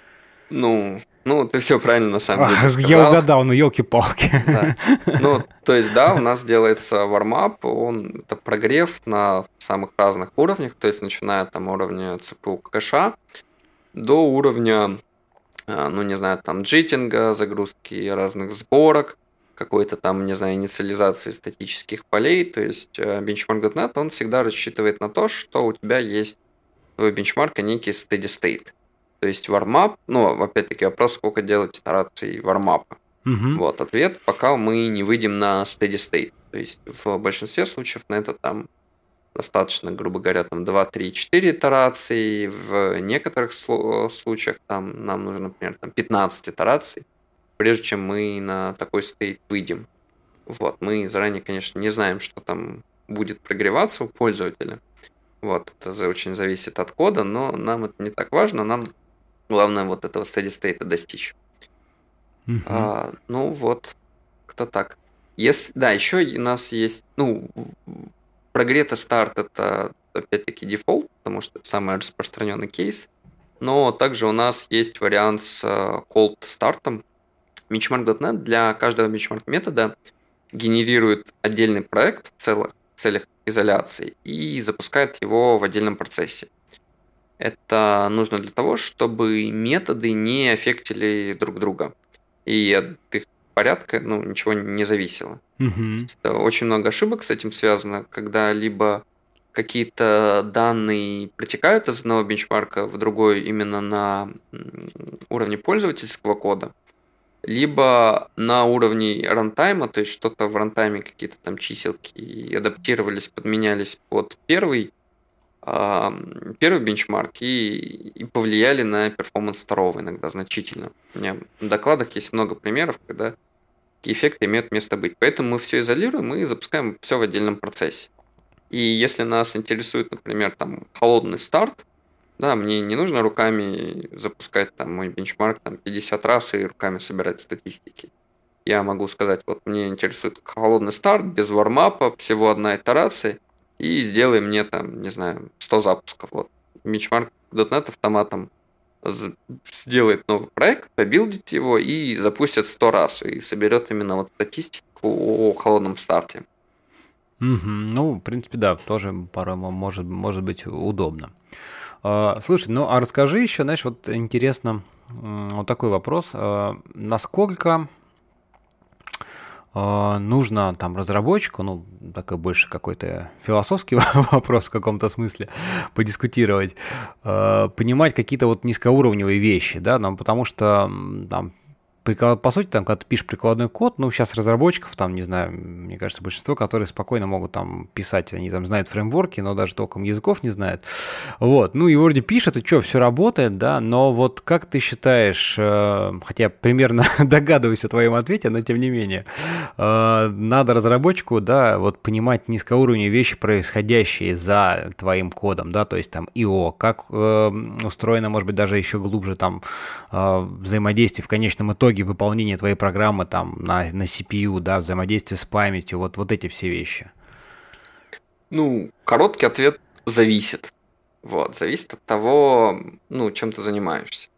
Ну, ну, ты все правильно на самом деле а, сказал. Я угадал, ну елки-палки. Да. Ну, то есть, да, у нас делается вармап, он это прогрев на самых разных уровнях, то есть, начиная там уровня си пи ю кэша до уровня, ну, не знаю, там джитинга, загрузки разных сборок, какой-то там, не знаю, инициализации статических полей, то есть benchmark точка нет, он всегда рассчитывает на то, что у тебя есть твой бенчмарк, а некий steady state. То есть вармап, ну, опять-таки вопрос, сколько делать итераций вармапа. Угу. Вот, ответ, пока мы не выйдем на steady state. То есть в большинстве случаев на это там достаточно, грубо говоря, там два, три, четыре итерации. В некоторых случаях там нам нужно, например, там пятнадцать итераций, прежде чем мы на такой стейт выйдем. Вот, мы заранее, конечно, не знаем, что там будет прогреваться у пользователя. Вот, это очень зависит от кода, но нам это не так важно, нам главное вот этого steady state достичь. Uh-huh. А, ну вот, кто так. Если, да, еще у нас есть, ну, прогретый старт это опять-таки дефолт, потому что это самый распространенный кейс. Но также у нас есть вариант с cold стартом. benchmark точка нет для каждого benchmark метода генерирует отдельный проект в целых целях изоляции и запускает его в отдельном процессе. Это нужно для того, чтобы методы не аффектили друг друга. И от их порядка ну, ничего не зависело. Uh-huh. Очень много ошибок с этим связано, когда либо какие-то данные протекают из одного бенчмарка в другой именно на уровне пользовательского кода, либо на уровне рантайма, то есть что-то в рантайме, какие-то там чиселки адаптировались, подменялись под первый, э, первый бенчмарк и, и повлияли на перформанс второго иногда значительно. У меня в докладах есть много примеров, когда такие эффекты имеют место быть. Поэтому мы все изолируем и запускаем все в отдельном процессе. И если нас интересует, например, там холодный старт, да, мне не нужно руками запускать там мой бенчмарк там, пятьдесят раз и руками собирать статистики. Я могу сказать, вот мне интересует холодный старт, без вармапа, всего одна итерация, и сделай мне там, не знаю, сто запусков. Вот. Бенчмарк .дот нет автоматом сделает новый проект, побилдит его и запустит сто раз, и соберет именно вот статистику о холодном старте. Угу. Ну, в принципе, да, тоже порой может, может быть удобно. А, слушай, ну а расскажи еще, знаешь, вот интересно, вот такой вопрос. А, насколько а, нужно там разработчику, ну, такой больше какой-то философский вопрос в каком-то смысле, подискутировать, а, понимать какие-то вот низкоуровневые вещи, да, ну, потому что там, по сути, там, когда ты пишешь прикладной код, ну, сейчас разработчиков, там, не знаю, мне кажется, большинство, которые спокойно могут там писать, они там знают фреймворки, но даже толком языков не знают. Вот, ну, и вроде пишет, и что, все работает, да, но вот как ты считаешь, э, хотя я примерно догадываюсь о твоем ответе, но тем не менее, э, надо разработчику, да, вот понимать низкоуровневые вещи, происходящие за твоим кодом, да, то есть там ай о, как э, устроено, может быть, даже еще глубже там э, взаимодействие в конечном итоге выполнения твоей программы там на, на си пи ю, да, взаимодействие с памятью, вот, вот эти все вещи? Ну, короткий ответ – зависит. Вот, зависит от того, ну, чем ты занимаешься.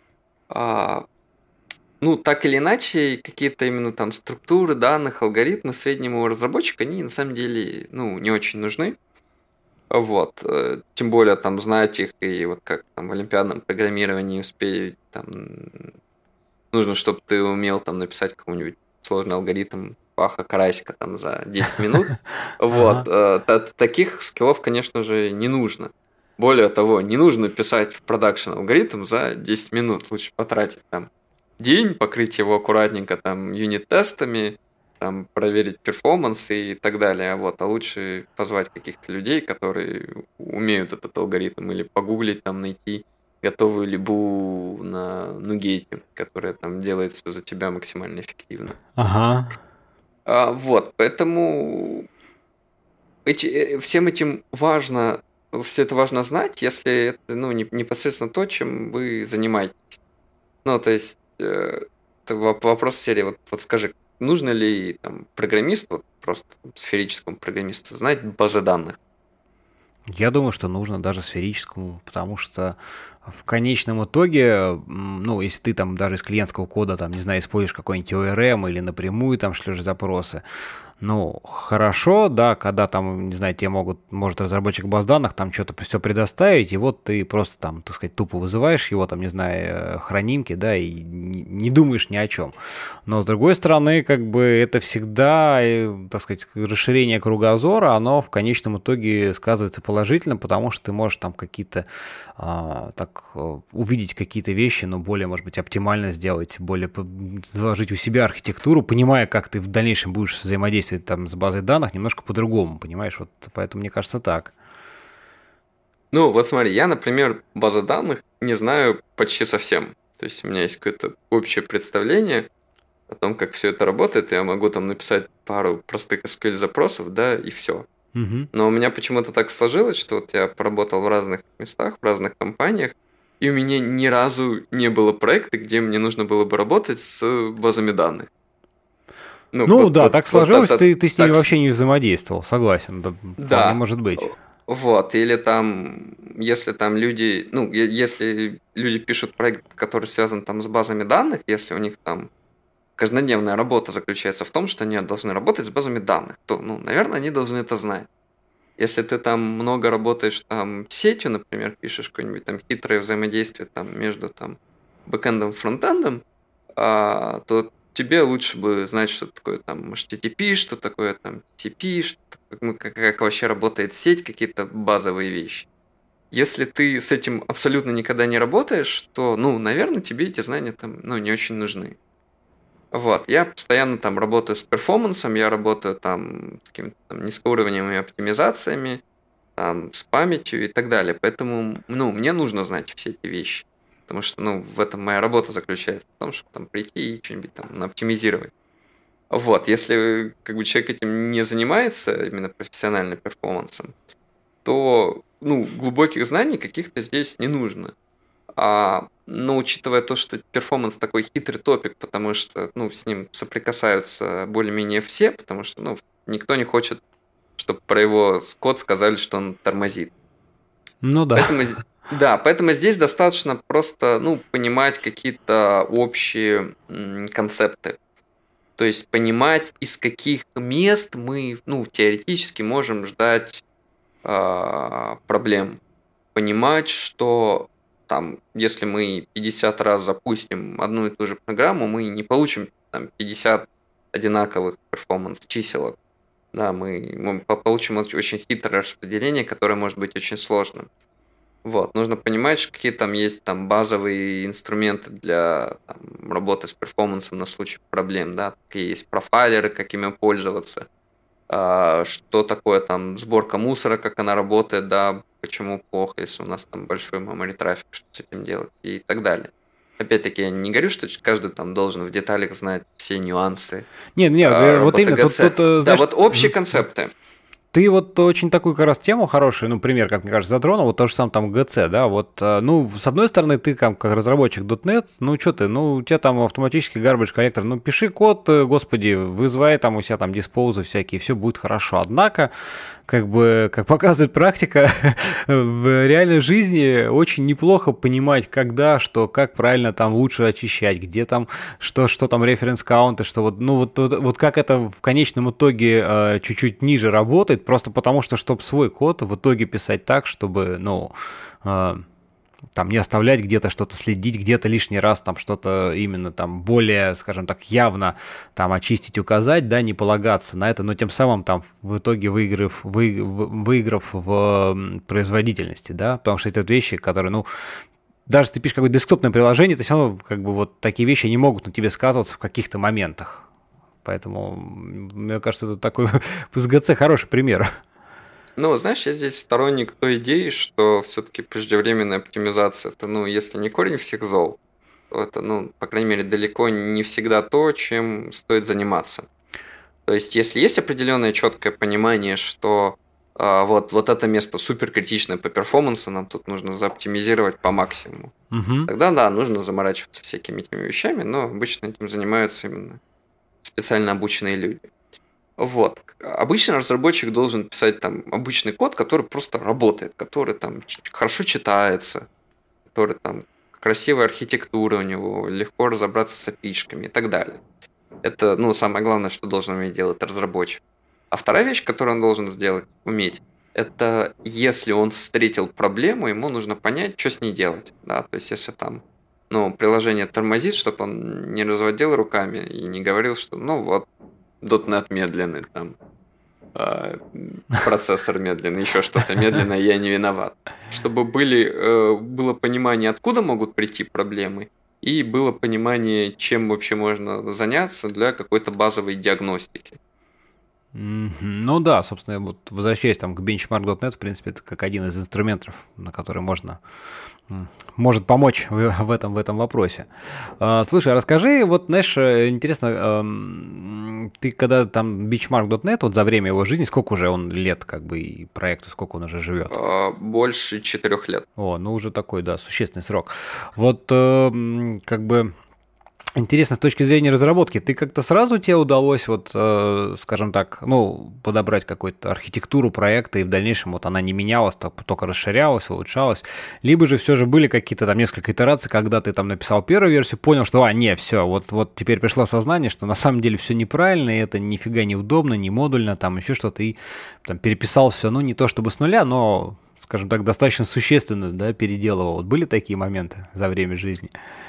А, ну, так или иначе, какие-то именно там структуры данных, алгоритмы среднему разработчику, они на самом деле, ну, не очень нужны. Вот, э, тем более там знать их и вот как там в олимпиадном программировании успеть там нужно, чтобы ты умел там написать какой-нибудь сложный алгоритм Паха Карасика там за десять минут. Вот. Таких скиллов, конечно же, не нужно. Более того, не нужно писать в продакшн алгоритм за десять минут. Лучше потратить там день, покрыть его аккуратненько там юнит-тестами, там проверить перформанс и так далее. Вот. А лучше позвать каких-то людей, которые умеют этот алгоритм, или погуглить, там найти готовую либу на нугете, которая там делает все за тебя максимально эффективно. Ага. А, вот, поэтому эти, всем этим важно, все это важно знать, если это ну, не, непосредственно то, чем вы занимаетесь. Ну, то есть, э, это вопрос серии, вот, вот скажи, нужно ли там, программисту, вот, просто там, сферическому программисту, знать базы данных? Я думаю, что нужно даже сферическому, потому что в конечном итоге, ну, если ты там даже из клиентского кода, там, не знаю, используешь какой-нибудь о эр эм или напрямую там шлешь запросы, ну, хорошо, да, когда там, не знаю, тебе могут, может разработчик баз данных там что-то все предоставить, и вот ты просто там, так сказать, тупо вызываешь его, там, не знаю, хранимки, да, и не думаешь ни о чем. Но, с другой стороны, как бы это всегда, так сказать, расширение кругозора, оно в конечном итоге сказывается положительно, потому что ты можешь там какие-то, а, так, увидеть какие-то вещи, но более, может быть, оптимально сделать, более заложить у себя архитектуру, понимая, как ты в дальнейшем будешь взаимодействовать там с базой данных немножко по-другому, понимаешь? Вот поэтому мне кажется так. Ну, вот смотри, я, например, базы данных не знаю почти совсем. То есть у меня есть какое-то общее представление о том, как все это работает. Я могу там написать пару простых эс ку эль-запросов, да, и все. Угу. Но у меня почему-то так сложилось, что вот я поработал в разных местах, в разных компаниях, и у меня ни разу не было проекта, где мне нужно было бы работать с базами данных. Ну, ну вот, да, вот, так сложилось, вот, ты, ты с ними так... вообще не взаимодействовал, согласен, да, да, вполне может быть. Вот, или там, если там люди, ну, если люди пишут проект, который связан там с базами данных, если у них там каждодневная работа заключается в том, что они должны работать с базами данных, то, ну, наверное, они должны это знать. Если ты там много работаешь там сетью, например, пишешь какое-нибудь там хитрое взаимодействие там между там бэкэндом и фронтендом, а, то тебе лучше бы знать, что такое там эйч ти ти пи, что такое там ти си пи, что, ну, как, как вообще работает сеть, какие-то базовые вещи. Если ты с этим абсолютно никогда не работаешь, то, ну, наверное, тебе эти знания там, ну, не очень нужны. Вот, я постоянно там работаю с перформансом, я работаю там с какими-то там низкоуровневыми оптимизациями, там, с памятью и так далее. Поэтому, ну, мне нужно знать все эти вещи. Потому что, ну, в этом моя работа заключается, в том, чтобы там прийти и что-нибудь там оптимизировать. Вот, если как бы человек этим не занимается, именно профессионально перформансом, то, ну, глубоких знаний каких-то здесь не нужно. А, но учитывая то, что перформанс такой хитрый топик, потому что, ну, с ним соприкасаются более-менее все, потому что, ну, никто не хочет, чтобы про его код сказали, что он тормозит. Ну да. Поэтому, Да, поэтому здесь достаточно просто, ну, понимать какие-то общие м, концепты. То есть понимать, из каких мест мы, ну, теоретически можем ждать а, проблем. Понимать, что там, если мы пятьдесят раз запустим одну и ту же программу, мы не получим там пятьдесят одинаковых перформанс-чиселок. Да, мы, мы по- получим оч- очень хитрое распределение, которое может быть очень сложным. Вот, нужно понимать, что какие там есть там базовые инструменты для там, работы с перформансом на случай проблем, да, какие есть профайлеры, как ими пользоваться, а, что такое там сборка мусора, как она работает, да, почему плохо, если у нас там большой memory трафик, что с этим делать и так далее. Опять-таки, я не говорю, что каждый там должен в деталях знать все нюансы Нет, нет, а, э, вот работы именно, тут, ГЦ. тут, э, Да, знаешь, вот общие мгм. концепты. Ты вот очень такую как раз тему хорошую, ну, пример, как мне кажется, затронул, вот то же самое там ГЦ, да, вот, э, ну, с одной стороны, ты там как разработчик .дот нет, ну, что ты, ну, у тебя там автоматический garbage коллектор, ну, пиши код, э, господи, вызывай там у себя там диспоузы всякие, все будет хорошо, однако, как бы, как показывает практика, в реальной жизни очень неплохо понимать, когда, что, как правильно там лучше очищать, где там, что, что там референс-каунты, что вот, ну, вот, вот, вот как это в конечном итоге э, чуть-чуть ниже работает, просто потому что, чтобы свой код в итоге писать так, чтобы, ну, э, там не оставлять где-то что-то, следить где-то лишний раз, там что-то именно там более, скажем так, явно там очистить, указать, да, не полагаться на это, но тем самым там в итоге выиграв, вы, выиграв в производительности, да, потому что это вещи, которые, ну, даже если ты пишешь какое-то десктопное приложение, то все равно как бы вот такие вещи не могут на тебе сказываться в каких-то моментах. Поэтому, мне кажется, это такой с ГЦ хороший пример. Ну, знаешь, я здесь сторонник той идеи, что все-таки преждевременная оптимизация, это, ну, если не корень всех зол, то это, ну, по крайней мере, далеко не всегда то, чем стоит заниматься. То есть, если есть определенное четкое понимание, что а, вот, вот это место супер критичное по перформансу, нам тут нужно заоптимизировать по максимуму, Угу. тогда да, нужно заморачиваться всякими этими вещами, но обычно этим занимаются именно специально обученные люди. Вот. Обычно разработчик должен писать там обычный код, который просто работает, который там ч- хорошо читается, который там красивая архитектура у него, легко разобраться с опишками и так далее. Это, ну, самое главное, что должен уметь делать разработчик. А вторая вещь, которую он должен сделать, уметь, это если он встретил проблему, ему нужно понять, что с ней делать. Да? То есть, если там ну, приложение тормозит, чтобы он не разводил руками и не говорил, что ну вот, .дот нет медленный, там, а, процессор медленный, еще что-то медленное, я не виноват. Чтобы были, э, было понимание, откуда могут прийти проблемы, и было понимание, чем вообще можно заняться для какой-то базовой диагностики. Мгм. Ну да, собственно, вот возвращаясь там к benchmark точка нет, в принципе, это как один из инструментов, на который можно м, может помочь в, в этом, в этом вопросе. А, слушай, а расскажи, вот, знаешь, э, интересно, эм, ты когда там benchmark точка нет, вот за время его жизни, сколько уже он лет, как бы, и проекту, сколько он уже живет? А, Больше четырех лет. О, ну уже такой, да, существенный срок. Вот, эм, как бы, интересно, с точки зрения разработки, ты как-то сразу тебе удалось, вот, э, скажем так, ну, подобрать какую-то архитектуру проекта, и в дальнейшем вот она не менялась, так, только расширялась, улучшалась, либо же все же были какие-то там несколько итераций, когда ты там написал первую версию, понял, что, а, не, все, вот, вот теперь пришло сознание, что на самом деле все неправильно, и это нифига не удобно, не модульно, там еще что-то, и там переписал все, ну, не то чтобы с нуля, но, скажем так, достаточно существенно, да, переделывал. Вот были такие моменты за время жизни?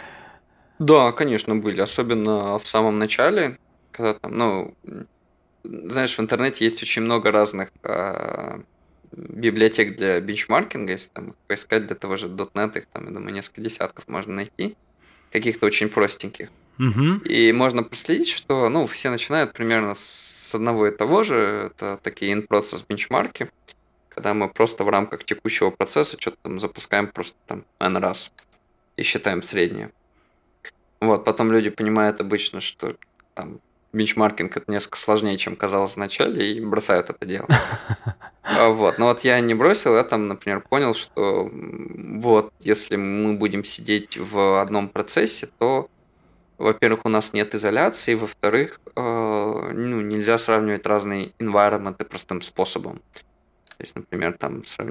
Да, конечно, были. Особенно в самом начале, когда там, ну, м, знаешь, в интернете есть очень много разных а, библиотек для бенчмаркинга, если там их поискать для того же .дот нет, их там, я думаю, несколько десятков можно найти, каких-то очень простеньких. Угу. И можно проследить, что, ну, все начинают примерно с одного и того же, это такие in-process бенчмарки, когда мы просто в рамках текущего процесса что-то там запускаем просто там n раз и считаем среднее. Вот, потом люди понимают обычно, что там бенчмаркинг это несколько сложнее, чем казалось вначале, и бросают это дело. А, Вот, но вот я не бросил, я там, например, понял, что м, вот, если мы будем сидеть в одном процессе, то, во-первых, у нас нет изоляции, во-вторых, э, ну, нельзя сравнивать разные environment простым способом. То есть, например, там сравнить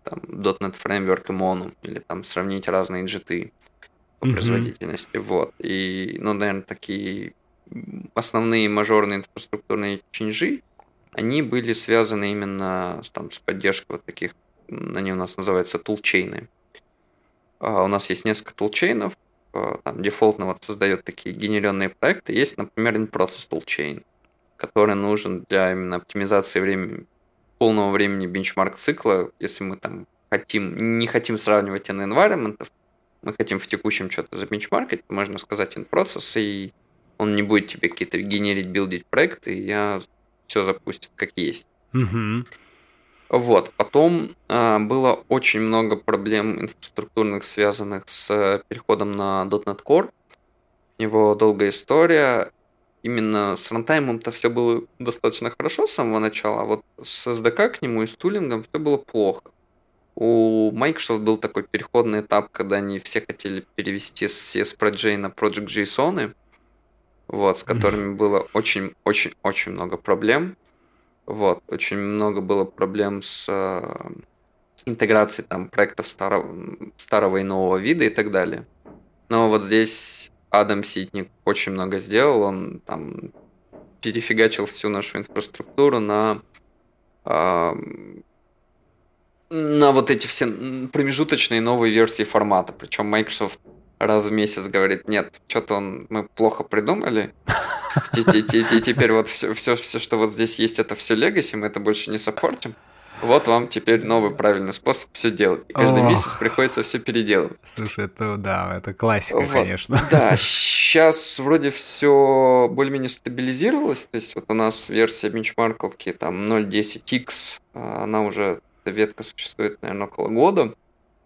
там .дот нет Framework и Mono, или там сравнить разные джи ти по mm-hmm. производительности. Вот. И, ну, наверное, такие основные мажорные инфраструктурные ченджи, они были связаны именно там, с поддержкой вот таких, они у нас называются тулчейны. Uh, у нас есть несколько тулчейнов, uh, там дефолтно вот создает такие генерированные проекты. Есть, например, in-process toolchain, который нужен для именно оптимизации времени, полного времени бенчмарк-цикла. Если мы там хотим, не хотим сравнивать n-environment, мы хотим в текущем что-то забенчмаркать, то можно сказать in-process, и он не будет тебе какие-то генерить, билдить проекты, и я все запустит как есть. Mm-hmm. Вот. Потом э, было очень много проблем инфраструктурных, связанных с переходом на .дот нет Core. У него долгая история. Именно с рантаймом-то все было достаточно хорошо с самого начала, а вот с эс ди кей к нему и с тулингом все было плохо. У Microsoft был такой переходный этап, когда они все хотели перевести с си эс-Project на Project.json, вот, с которыми было очень-очень-очень много проблем. Вот, очень много было проблем с э, интеграцией там, проектов старого, старого и нового вида и так далее. Но вот здесь Адам Ситник очень много сделал. Он там перефигачил всю нашу инфраструктуру на, э, на вот эти все промежуточные новые версии формата. Причем Microsoft раз в месяц говорит: нет, что-то он, мы плохо придумали. Теперь вот все, все, все, что вот здесь есть, это все Legacy, мы это больше не саппортим. Вот вам теперь новый правильный способ все делать. И каждый Ох. месяц приходится все переделывать. Слушай, это да, это классика, вот, конечно. Да, сейчас вроде все более-менее стабилизировалось. То есть вот у нас версия бенчмаркалки там ноль точка десять икс, она уже, эта ветка существует, наверное, около года.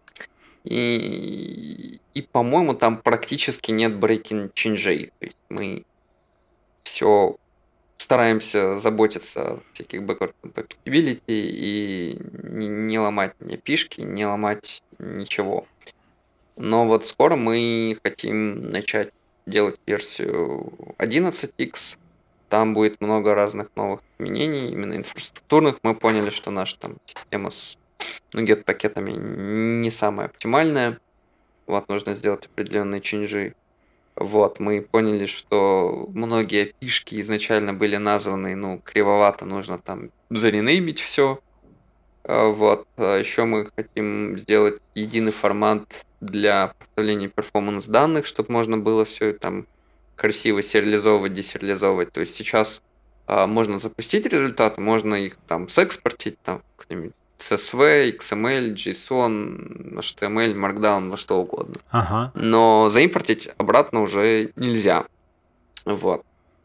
И, и по-моему, там практически нет breaking change. То есть мы все стараемся заботиться о всяких backward compatibility и не, не ломать ни пишки, не ломать ничего. Но вот скоро мы хотим начать делать версию одиннадцать икс. Там будет много разных новых изменений, именно инфраструктурных. Мы поняли, что наша там система с ну, get-пакетами не самая оптимальная. Вот, нужно сделать определенные ченджи. Вот, мы поняли, что многие пишки изначально были названы, ну, кривовато, нужно там заренеймить все. Вот, еще мы хотим сделать единый формат для поставления перформанс данных, чтобы можно было все там красиво сериализовывать, десериализовывать. То есть сейчас а, можно запустить результаты, можно их там сэкспортить, там, как-нибудь си эс ви, икс эм эль, JSON, эйч ти эм эль, Markdown, во что угодно. Ага. Но заимпортить обратно уже нельзя. Вот.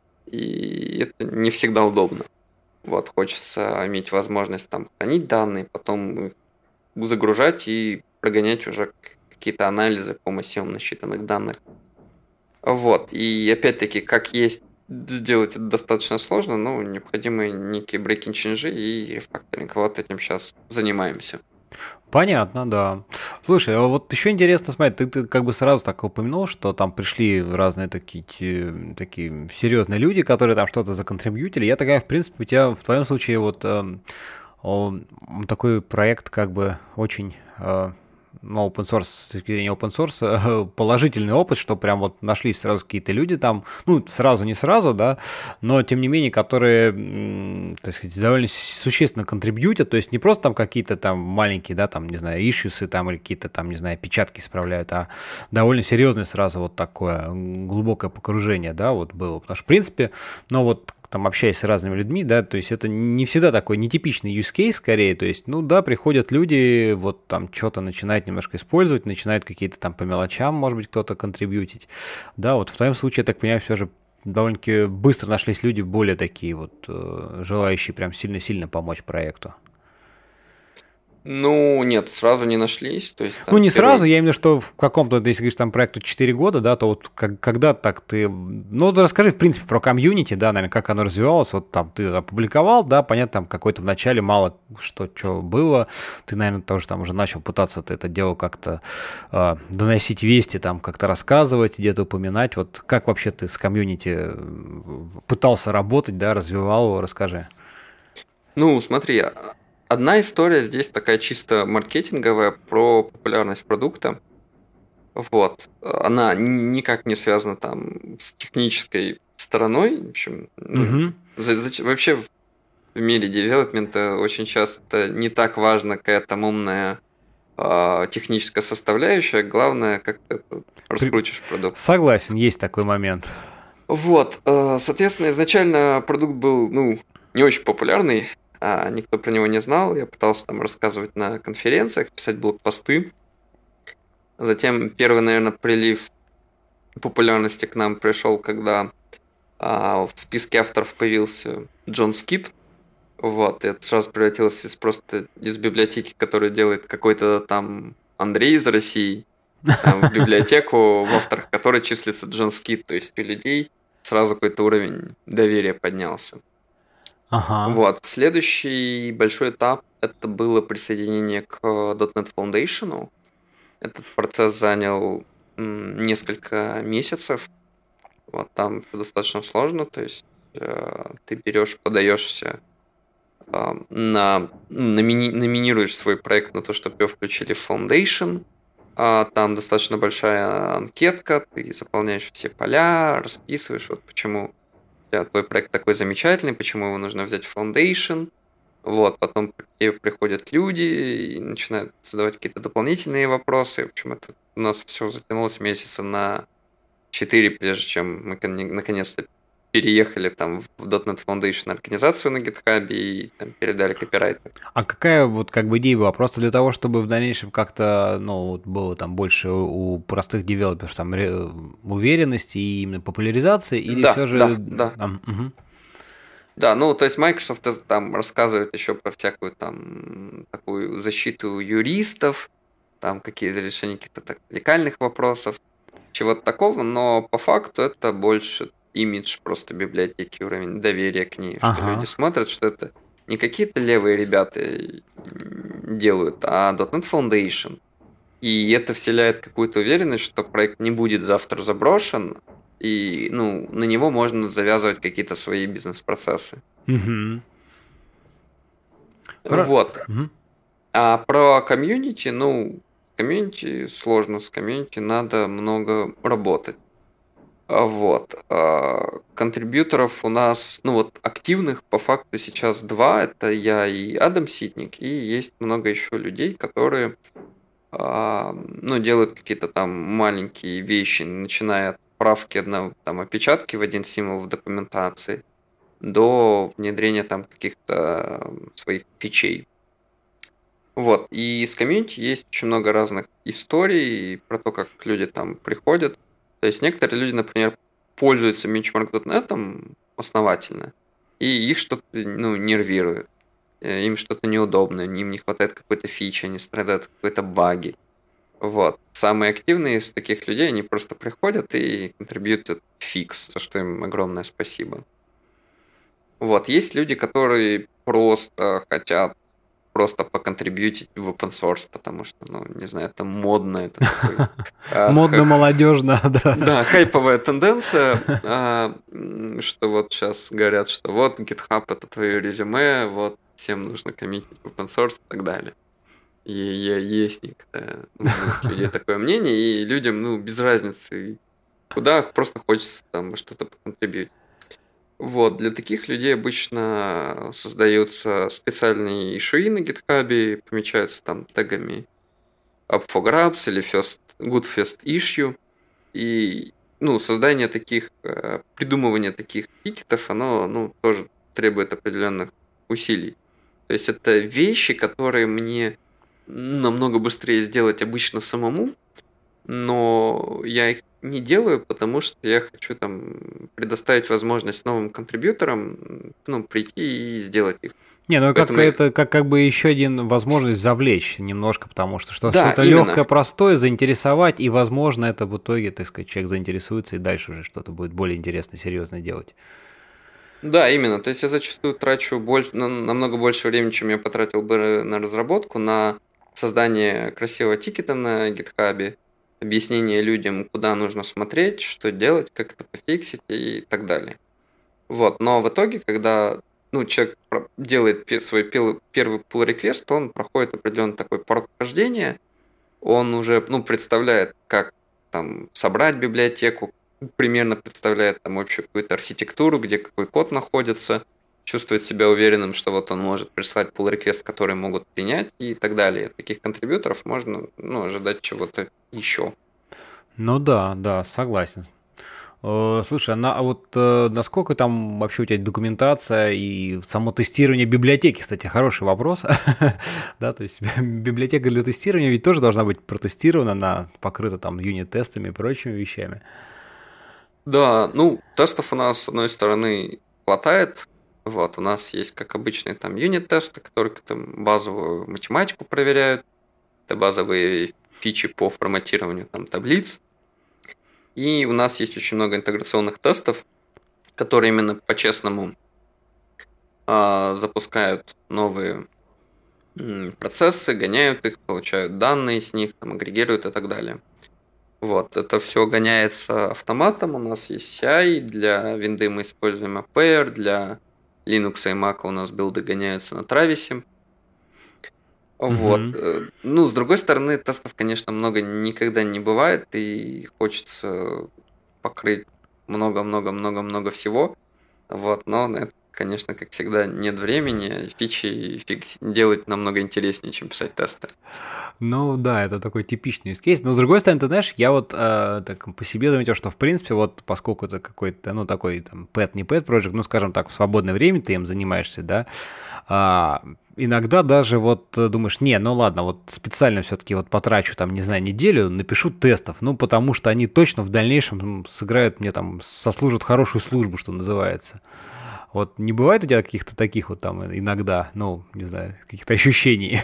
И это не всегда удобно. Вот, хочется иметь возможность там хранить данные, потом их загружать и прогонять уже какие-то анализы по массивам насчитанных данных. Вот. И опять-таки, как есть, сделать это достаточно сложно, но необходимы некие breaking change и рефакторинг. Вот этим сейчас занимаемся. Понятно, да. Слушай, а вот еще интересно, смотри, ты, ты как бы сразу так упомянул, что там пришли разные такие, такие серьезные люди, которые там что-то законтрибьютили. Я такая, в принципе, у тебя в твоем случае вот э, он, такой проект как бы очень... Э, ну, open source, с точки зрения open source, положительный опыт, что прям вот нашлись сразу какие-то люди там, ну, сразу не сразу, да, но тем не менее, которые, так сказать, довольно существенно контрибьютят, то есть не просто там какие-то там маленькие, да, там, не знаю, ишьюсы там или какие-то там, не знаю, печатки исправляют, а довольно серьезное сразу вот такое глубокое погружение, да, вот было, потому что, в принципе, ну, вот там общаясь с разными людьми, да, то есть это не всегда такой нетипичный use case скорее, то есть, ну да, приходят люди, вот там что-то начинают немножко использовать, начинают какие-то там по мелочам, может быть, кто-то контрибьютить, да, вот в твоем случае, я так понимаю, все же довольно-таки быстро нашлись люди более такие вот, желающие прям сильно-сильно помочь проекту. Ну, нет, сразу не нашлись. То есть, там, ну, не первый... сразу, я имею в виду, что в каком-то, если говоришь, там проекту четыре года, да, то вот как, когда так ты... Ну, расскажи, в принципе, про комьюнити, да, наверное, как оно развивалось. Вот там ты опубликовал, да, понятно, там какой-то в начале мало что, что было. Ты, наверное, тоже там уже начал пытаться это дело как-то э, доносить вести, там как-то рассказывать, где-то упоминать. Вот как вообще ты с комьюнити пытался работать, да, развивал его, расскажи. Ну, смотри, одна история здесь такая чисто маркетинговая про популярность продукта. Вот. Она никак не связана там с технической стороной. В общем, ну, Угу. за- за- вообще в мире девелопмента очень часто не так важна какая-то умная а, техническая составляющая. Главное, как ты это При- раскрутишь продукт. Согласен, есть такой момент. Вот, э, соответственно, изначально продукт был, ну, не очень популярный, а никто про него не знал. Я пытался там рассказывать на конференциях, писать блокпосты. Затем первый, наверное, прилив популярности к нам пришел, когда а, в списке авторов появился Джон Скит. Вот, и это сразу превратилось из просто из библиотеки, которую делает какой-то там Андрей из России, там, в библиотеку, в авторах которой числится Джон Скит. То есть у людей сразу какой-то уровень доверия поднялся. Ага. Вот. Следующий большой этап это было присоединение к .дот нет Foundation. Этот процесс занял м, несколько месяцев. Вот там всё достаточно сложно, то есть э, ты берешь, подаешься э, на номини- номинируешь свой проект на то, чтобы его включили в Foundation. А, там достаточно большая анкетка, ты заполняешь все поля, расписываешь, вот почему у тебя твой проект такой замечательный, почему его нужно взять в Foundation. Вот, потом к тебе приходят люди и начинают задавать какие-то дополнительные вопросы. В общем, это у нас все затянулось месяца на четыре, прежде чем мы кон- наконец-то переехали там в .дот нет Foundation организацию на GitHub и там, передали копирайты. А какая вот как бы идея была? Просто для того, чтобы в дальнейшем как-то, ну, вот было там больше у простых девелоперов там ре- уверенности и именно популяризации, или Да, все же да, да. там, мгм. Да, ну, то есть Microsoft э, там рассказывает еще про всякую там такую защиту юристов, там какие-то решения каких-то так легальных вопросов, чего-то такого, но по факту это больше имидж просто библиотеки, уровень доверия к ней, что люди Ага. смотрят, что это не какие-то левые ребята м, делают, а .дот нет Foundation. И это вселяет какую-то уверенность, что проект не будет завтра заброшен, и ну, на него можно завязывать какие-то свои бизнес-процессы. Мгм. Хоро- Вот. мгм. А про комьюнити, ну, комьюнити сложно, с комьюнити надо много работать. А Вот. А, Контрибьюторов у нас, ну вот активных по факту сейчас два, это я и Адам Ситник, и есть много еще людей, которые а, ну, делают какие-то там маленькие вещи, начиная от правки одного, там, опечатки в один символ в документации до внедрения там каких-то м, своих фичей. Вот, и с комьюнити есть очень много разных историй про то, как люди там приходят. То есть некоторые люди, например, пользуются benchmark точка нет основательно, и их что-то, ну, нервирует. Э, Им что-то неудобно, им не хватает какой-то фичи, они страдают от какой-то баги. Вот. Самые активные из таких людей, они просто приходят и контрибьютят фикс, за что им огромное спасибо. Вот. Есть люди, которые просто хотят просто поконтрибьютить в open source, потому что, ну, не знаю, это модно, это такой... а, х- Модно-молодежно, да. Да, хайповая тенденция, а, м, что вот сейчас говорят, что вот GitHub это твое резюме, вот всем нужно коммитить в open source и так далее. И я есть некоторое, у многих людей такое мнение, и людям, ну, без разницы, куда просто хочется там что-то поконтрибьютить. Вот, для таких людей обычно создаются специальные ишуи на GitHub, помечаются там тегами up for grabs или first, good first issue. И, ну, создание таких, э, придумывание таких тикетов, оно, ну, тоже требует определенных усилий. То есть это вещи, которые мне намного быстрее сделать обычно самому, но я их не делаю, потому что я хочу там предоставить возможность новым контрибьюторам, ну, прийти и сделать их. Не, ну как Поэтому я- это как, как бы еще один возможность завлечь немножко, потому что что, Да, что-то именно. легкое, простое, заинтересовать, и, возможно, это в итоге, так сказать, человек заинтересуется и дальше уже что-то будет более интересно, серьезно делать. Да, именно. То есть я зачастую трачу больше, на- намного больше времени, чем я потратил бы на разработку, на создание красивого тикета на GitHub, объяснение людям, куда нужно смотреть, что делать, как это пофиксить и так далее. Вот. Но в итоге, когда ну, человек делает свой первый pull request, он проходит определенный такой порог вхождения, он уже, ну, представляет, как там собрать библиотеку, примерно представляет там общую какую-то архитектуру, где какой код находится, чувствует себя уверенным, что вот он может прислать pull request, который могут принять и так далее. От таких контрибьюторов можно, ну, ожидать чего-то еще. Ну да, да, согласен. Слушай, а, на, а вот э, насколько там вообще у тебя документация и само тестирование библиотеки, кстати, хороший вопрос. Да, то есть библиотека для тестирования ведь тоже должна быть протестирована, она покрыта там юнит-тестами и прочими вещами. Да, ну, тестов у нас, с одной стороны, хватает. Вот, у нас есть, как обычные, там, юнит-тесты, которые там базовую математику проверяют. Это базовые фичи по форматированию там таблиц. И у нас есть очень много интеграционных тестов, которые именно по-честному а, запускают новые м, процессы, гоняют их, получают данные с них, там, агрегируют и так далее. Вот, это все гоняется автоматом. У нас есть си ай, для винды мы используем эй пи ай, для Linux и Mac у нас билды гоняются на Travis. Вот. Мгм. Ну, с другой стороны, тестов, конечно, много никогда не бывает, и хочется покрыть много-много-много-много всего. Вот, но на это, конечно, как всегда, нет времени. Фичи фиг делать намного интереснее, чем писать тесты. Ну да, это такой типичный кейс. Но с другой стороны, ты знаешь, я вот э, так по себе заметил, что в принципе, вот поскольку это какой-то, ну, такой там pet, не pet project, ну, скажем так, в свободное время ты им занимаешься, да, а, иногда даже вот думаешь, не, ну ладно, вот специально все-таки вот потрачу там, не знаю, неделю, напишу тестов, ну, потому что они точно в дальнейшем сыграют мне там, сослужат хорошую службу, что называется. Вот не бывает у тебя каких-то таких вот там иногда, ну, не знаю, каких-то ощущений?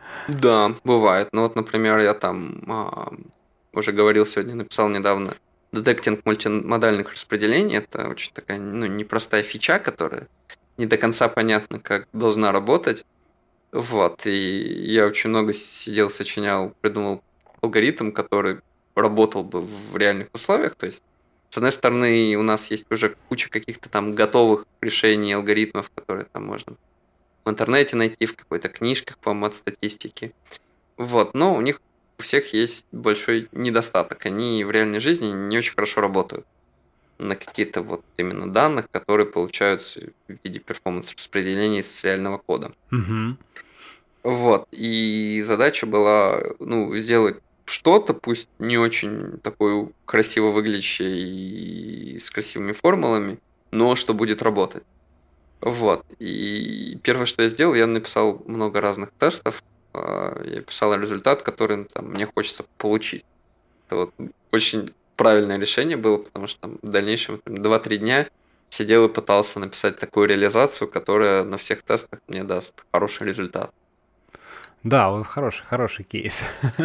Да, бывает. Ну вот, например, я там а, уже говорил сегодня, написал недавно детектинг мультимодальных распределений. Это очень такая, ну, непростая фича, которая не до конца понятно, как должна работать. Вот, и я очень много сидел, сочинял, придумал алгоритм, который работал бы в реальных условиях. То есть, с одной стороны, у нас есть уже куча каких-то там готовых решений, алгоритмов, которые там можно в интернете найти, в какой-то книжках по мат-статистике. Вот, но у них у всех есть большой недостаток. Они в реальной жизни не очень хорошо работают на какие-то вот именно данных, которые получаются в виде перформанс-распределений с реального кода. Мгм. Вот, и задача была, ну, сделать что-то, пусть не очень такое красиво выглядящее и с красивыми формулами, но что будет работать. Вот, и первое, что я сделал, я написал много разных тестов, а, я писал результат, который там, мне хочется получить. Это вот очень правильное решение было, потому что там, в дальнейшем там, два-три дня сидел и пытался написать такую реализацию, которая на всех тестах мне даст хороший результат. Да, вот хороший, хороший кейс.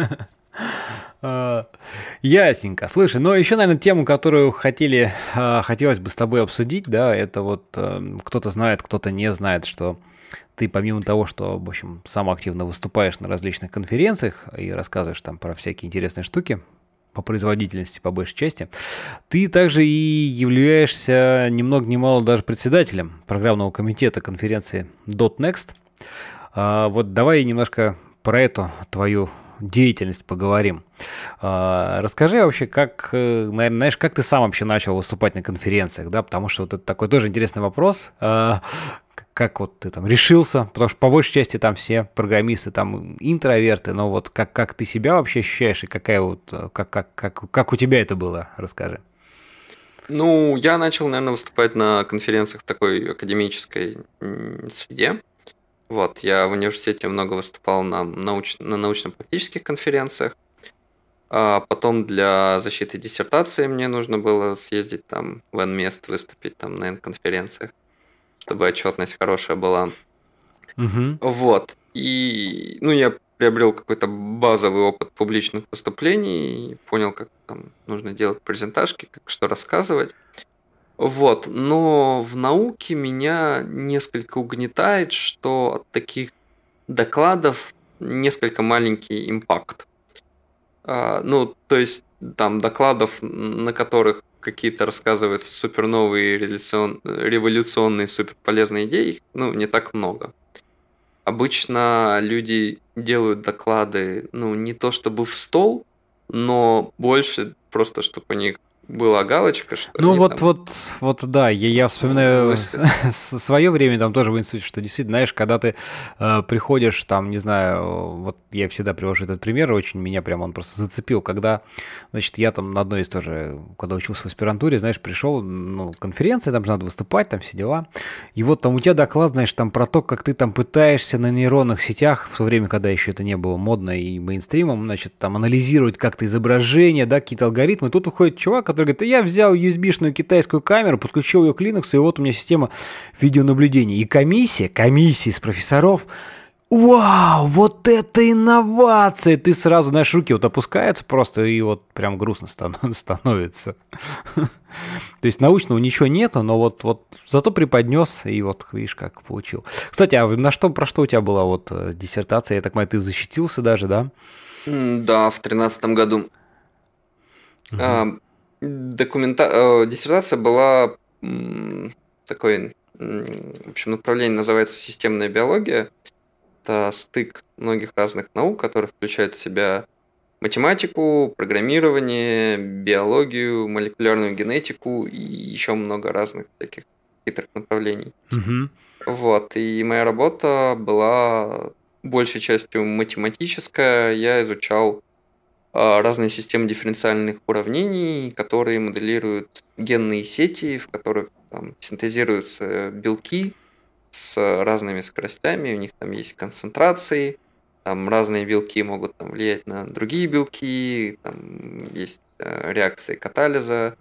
А, Ясненько. Слушай, ну еще, наверное, тему, которую хотели, а, хотелось бы с тобой обсудить, да, это вот эм, кто-то знает, кто-то не знает, что ты помимо того, что, в общем, сам активно выступаешь на различных конференциях и рассказываешь там про всякие интересные штуки по производительности, по большей части, ты также и являешься ни много ни мало даже председателем программного комитета конференции .дот некст. А, Вот давай немножко про эту твою деятельность поговорим. А, Расскажи вообще, как, э, наверное, знаешь, как ты сам вообще начал выступать на конференциях, да, потому что вот это такой тоже интересный вопрос. А, к- Как вот ты там решился, потому что по большей части там все программисты там интроверты, но вот как, как ты себя вообще ощущаешь и какая вот, э, как, как, как, как у тебя это было, расскажи. Ну, я начал, наверное, выступать на конференциях в такой академической м, среде. Вот, я в университете много выступал на, науч... на научно-практических конференциях. А потом для защиты диссертации мне нужно было съездить там в N-мест, выступить там на N-конференциях, чтобы отчетность хорошая была. Угу. Вот. И, ну, я приобрел какой-то базовый опыт публичных выступлений, и понял, как там нужно делать презентажки, как что рассказывать. Вот. Но в науке меня несколько угнетает, что от таких докладов несколько маленький импакт. А, ну, то есть там докладов, на которых какие-то рассказываются супер новые, революцион- революционные, супер полезные идеи, их, ну, не так много. Обычно люди делают доклады, ну, не то чтобы в стол, но больше просто, чтобы у них была галочка, что Ну они вот, там вот, вот, да, я, я вспоминаю мыслят. свое время там тоже в институте, что действительно, знаешь, когда ты э, приходишь там, не знаю, вот я всегда привожу этот пример, очень меня прям он просто зацепил, когда, значит, я там на одной из тоже, когда учился в аспирантуре, знаешь, пришел, ну, конференция, там же надо выступать, там все дела, и вот там у тебя доклад, знаешь, там про то, как ты там пытаешься на нейронных сетях, в то время, когда еще это не было модно и мейнстримом, значит, там анализировать как-то изображения, да, какие-то алгоритмы, тут уходит чувак, который говорит, я взял ю эс би-шную китайскую камеру, подключил ее к Linux, и вот у меня система видеонаблюдения. И комиссия, комиссия из профессоров, вау, вот это инновация! Ты сразу, знаешь, руки вот опускаются просто, и вот прям грустно становится. То есть научного ничего нету, но вот, вот зато преподнес, и вот видишь, как получил. Кстати, а на что, про что у тебя была вот диссертация? Я так понимаю, ты защитился даже, да? Да, в тринадцатом году. Угу. Документа... Диссертация была такой, в общем, направление называется системная биология. Это стык многих разных наук, которые включают в себя математику, программирование, биологию, молекулярную генетику и еще много разных таких хитрых направлений. Угу. Вот, и моя работа была большей частью математическая. Я изучал разные системы дифференциальных уравнений, которые моделируют генные сети, в которых там синтезируются белки с разными скоростями, у них там есть концентрации, там разные белки могут там влиять на другие белки, там есть э, реакции катализа,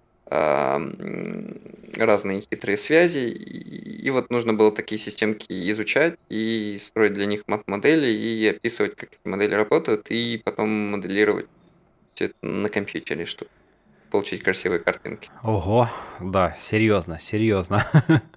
э, разные хитрые связи, и, и вот нужно было такие системки изучать и строить для них мат-модели и описывать, как эти модели работают, и потом моделировать все это на компьютере, чтобы получить красивые картинки. Ого, да, серьезно, серьезно.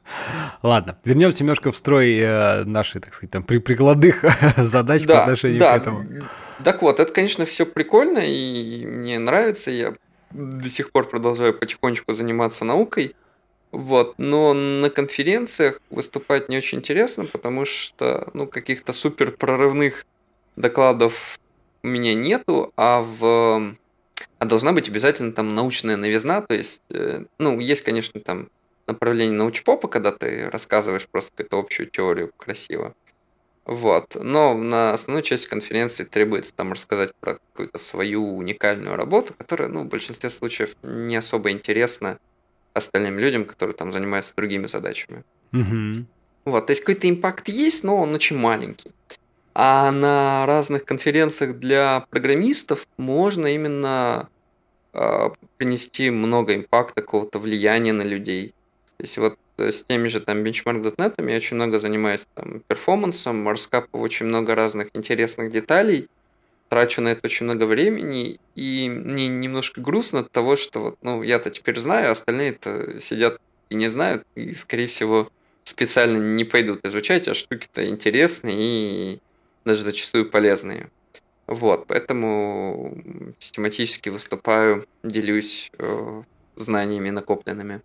Ладно, вернемся немножко в строй э, нашей, так сказать, там, при прикладных задач да, по отношению да. к этому. Так вот, это, конечно, все прикольно, и мне нравится, я до сих пор продолжаю потихонечку заниматься наукой, вот, но на конференциях выступать не очень интересно, потому что, ну, каких-то супер прорывных докладов у меня нету, а в... А должна быть обязательно там научная новизна, то есть, э, ну, есть, конечно, там направление научпопа, когда ты рассказываешь просто какую-то общую теорию красиво, вот, но на основной части конференции требуется там рассказать про какую-то свою уникальную работу, которая, ну, в большинстве случаев не особо интересна остальным людям, которые там занимаются другими задачами. Угу. Вот, то есть какой-то импакт есть, но он очень маленький. А на разных конференциях для программистов можно именно э, принести много импакта, какого-то влияния на людей. То есть вот с теми же там бенчмарк точка нет я очень много занимаюсь там перформансом, раскапываю очень много разных интересных деталей, трачу на это очень много времени, и мне немножко грустно от того, что вот, ну, я-то теперь знаю, а остальные-то сидят и не знают, и, скорее всего, специально не пойдут изучать, а штуки-то интересные и даже зачастую полезные. Вот, поэтому систематически выступаю, делюсь э, знаниями накопленными.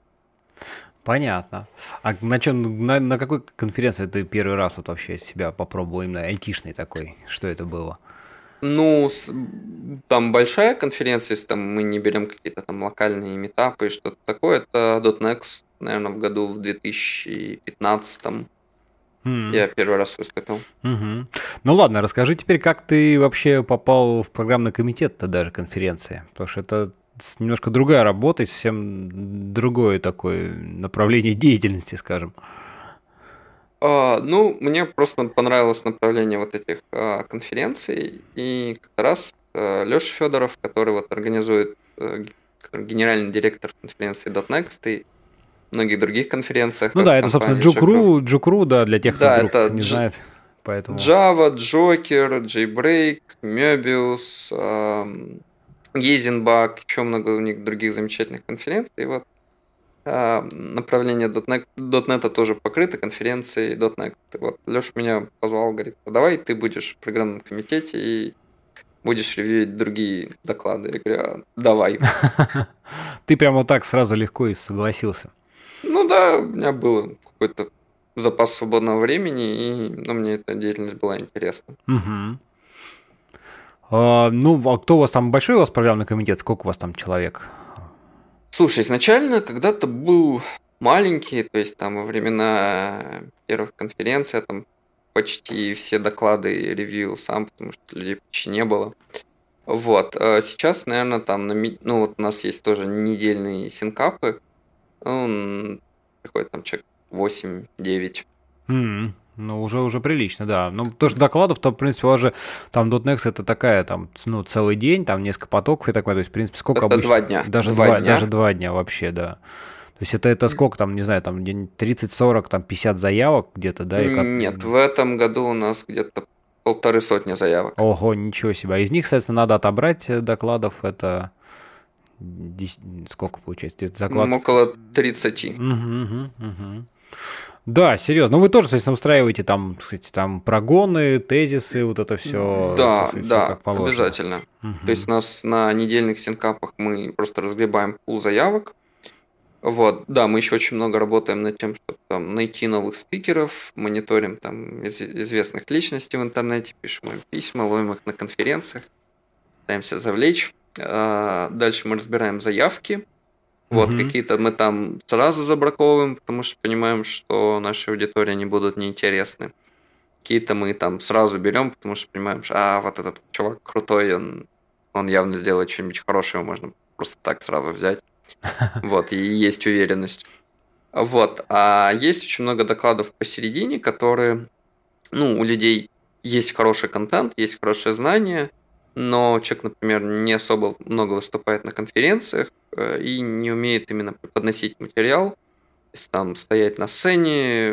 Понятно. А на чем, на, на какой конференции ты первый раз вот вообще себя попробовал, именно айтишный такой? Что это было? Ну, с, там большая конференция, если там мы не берем какие-то там локальные митапы и что-то такое, это .дот некст, наверное, в году в две тысячи пятнадцатом. Mm. Я первый раз выступил. Mm-hmm. Ну ладно, расскажи теперь, как ты вообще попал в программный комитет-то даже конференции, потому что это немножко другая работа, совсем другое такое направление деятельности, скажем. Uh, ну, мне просто понравилось направление вот этих uh, конференций, и как раз uh, Леша Федоров, который вот организует, uh, который генеральный директор конференции .дот некст и многих других конференциях. Ну да, это, собственно, Джукру, Джукру, да, для тех, кто да, вдруг не Dж... знает. Поэтому... Java, Joker, JBreak, Möbius, uh, Geisenbach, еще много у них других замечательных конференций. И вот направление .дот нет тоже покрыто конференцией .дот некст. Вот Леша меня позвал, говорит, давай ты будешь в программном комитете, и будешь ревьюить другие доклады? Я говорю, а, давай. Ты прямо вот так сразу легко и согласился. Ну да, у меня был какой-то запас свободного времени, и ну, мне эта деятельность была интересна. Угу. А, ну, а кто у вас там, большой у вас программный комитет? Сколько у вас там человек? Слушай, изначально когда-то был маленький, то есть там во времена первых конференций я там почти все доклады ревьюил сам, потому что людей почти не было. Вот, а сейчас, наверное, там, на, ми- ну вот у нас есть тоже недельные синкапы, ну, приходит там человек восемь-девять. М, Ну, уже, уже прилично, да. Ну, то, что докладов, то, в принципе, у вас же там .дот некс это такая, там, ну, целый день, там, несколько потоков и такое, то есть, в принципе, сколько Это обычно? два дня. Даже Два два, дня. даже два дня вообще, да. То есть, это, это сколько там, не знаю, там, день тридцать-сорок, там, пятьдесят заявок где-то, да? И как... Нет, в этом году у нас где-то полторы сотни заявок. Ого, ничего себе. А из них, соответственно, надо отобрать э, докладов, это дес- сколько получается? Это заклад... М, Около тридцати. Угу, угу, угу. Да, серьезно. Ну, вы тоже, соответственно, устраиваете там, так сказать, там прогоны, тезисы, вот это все, Да, это все, да, как положено. обязательно. Мгм. То есть у нас на недельных синкапах мы просто разгребаем пул заявок. Вот, да, мы еще очень много работаем над тем, чтобы там найти новых спикеров, мониторим там из- известных личностей в интернете, пишем им письма, ловим их на конференциях, пытаемся завлечь. А, Дальше мы разбираем заявки. Вот, Мгм. какие-то мы там сразу забраковываем, потому что понимаем, что нашей аудитории они будут неинтересны. Какие-то мы там сразу берем, потому что понимаем, что а, вот этот чувак крутой, он, он явно сделает что-нибудь хорошее, его можно просто так сразу взять. Вот, и есть уверенность. Вот, а есть очень много докладов посередине, которые, ну, у людей есть хороший контент, есть хорошее знание, но человек, например, не особо много выступает на конференциях э, и не умеет именно преподносить материал, то есть там стоять на сцене,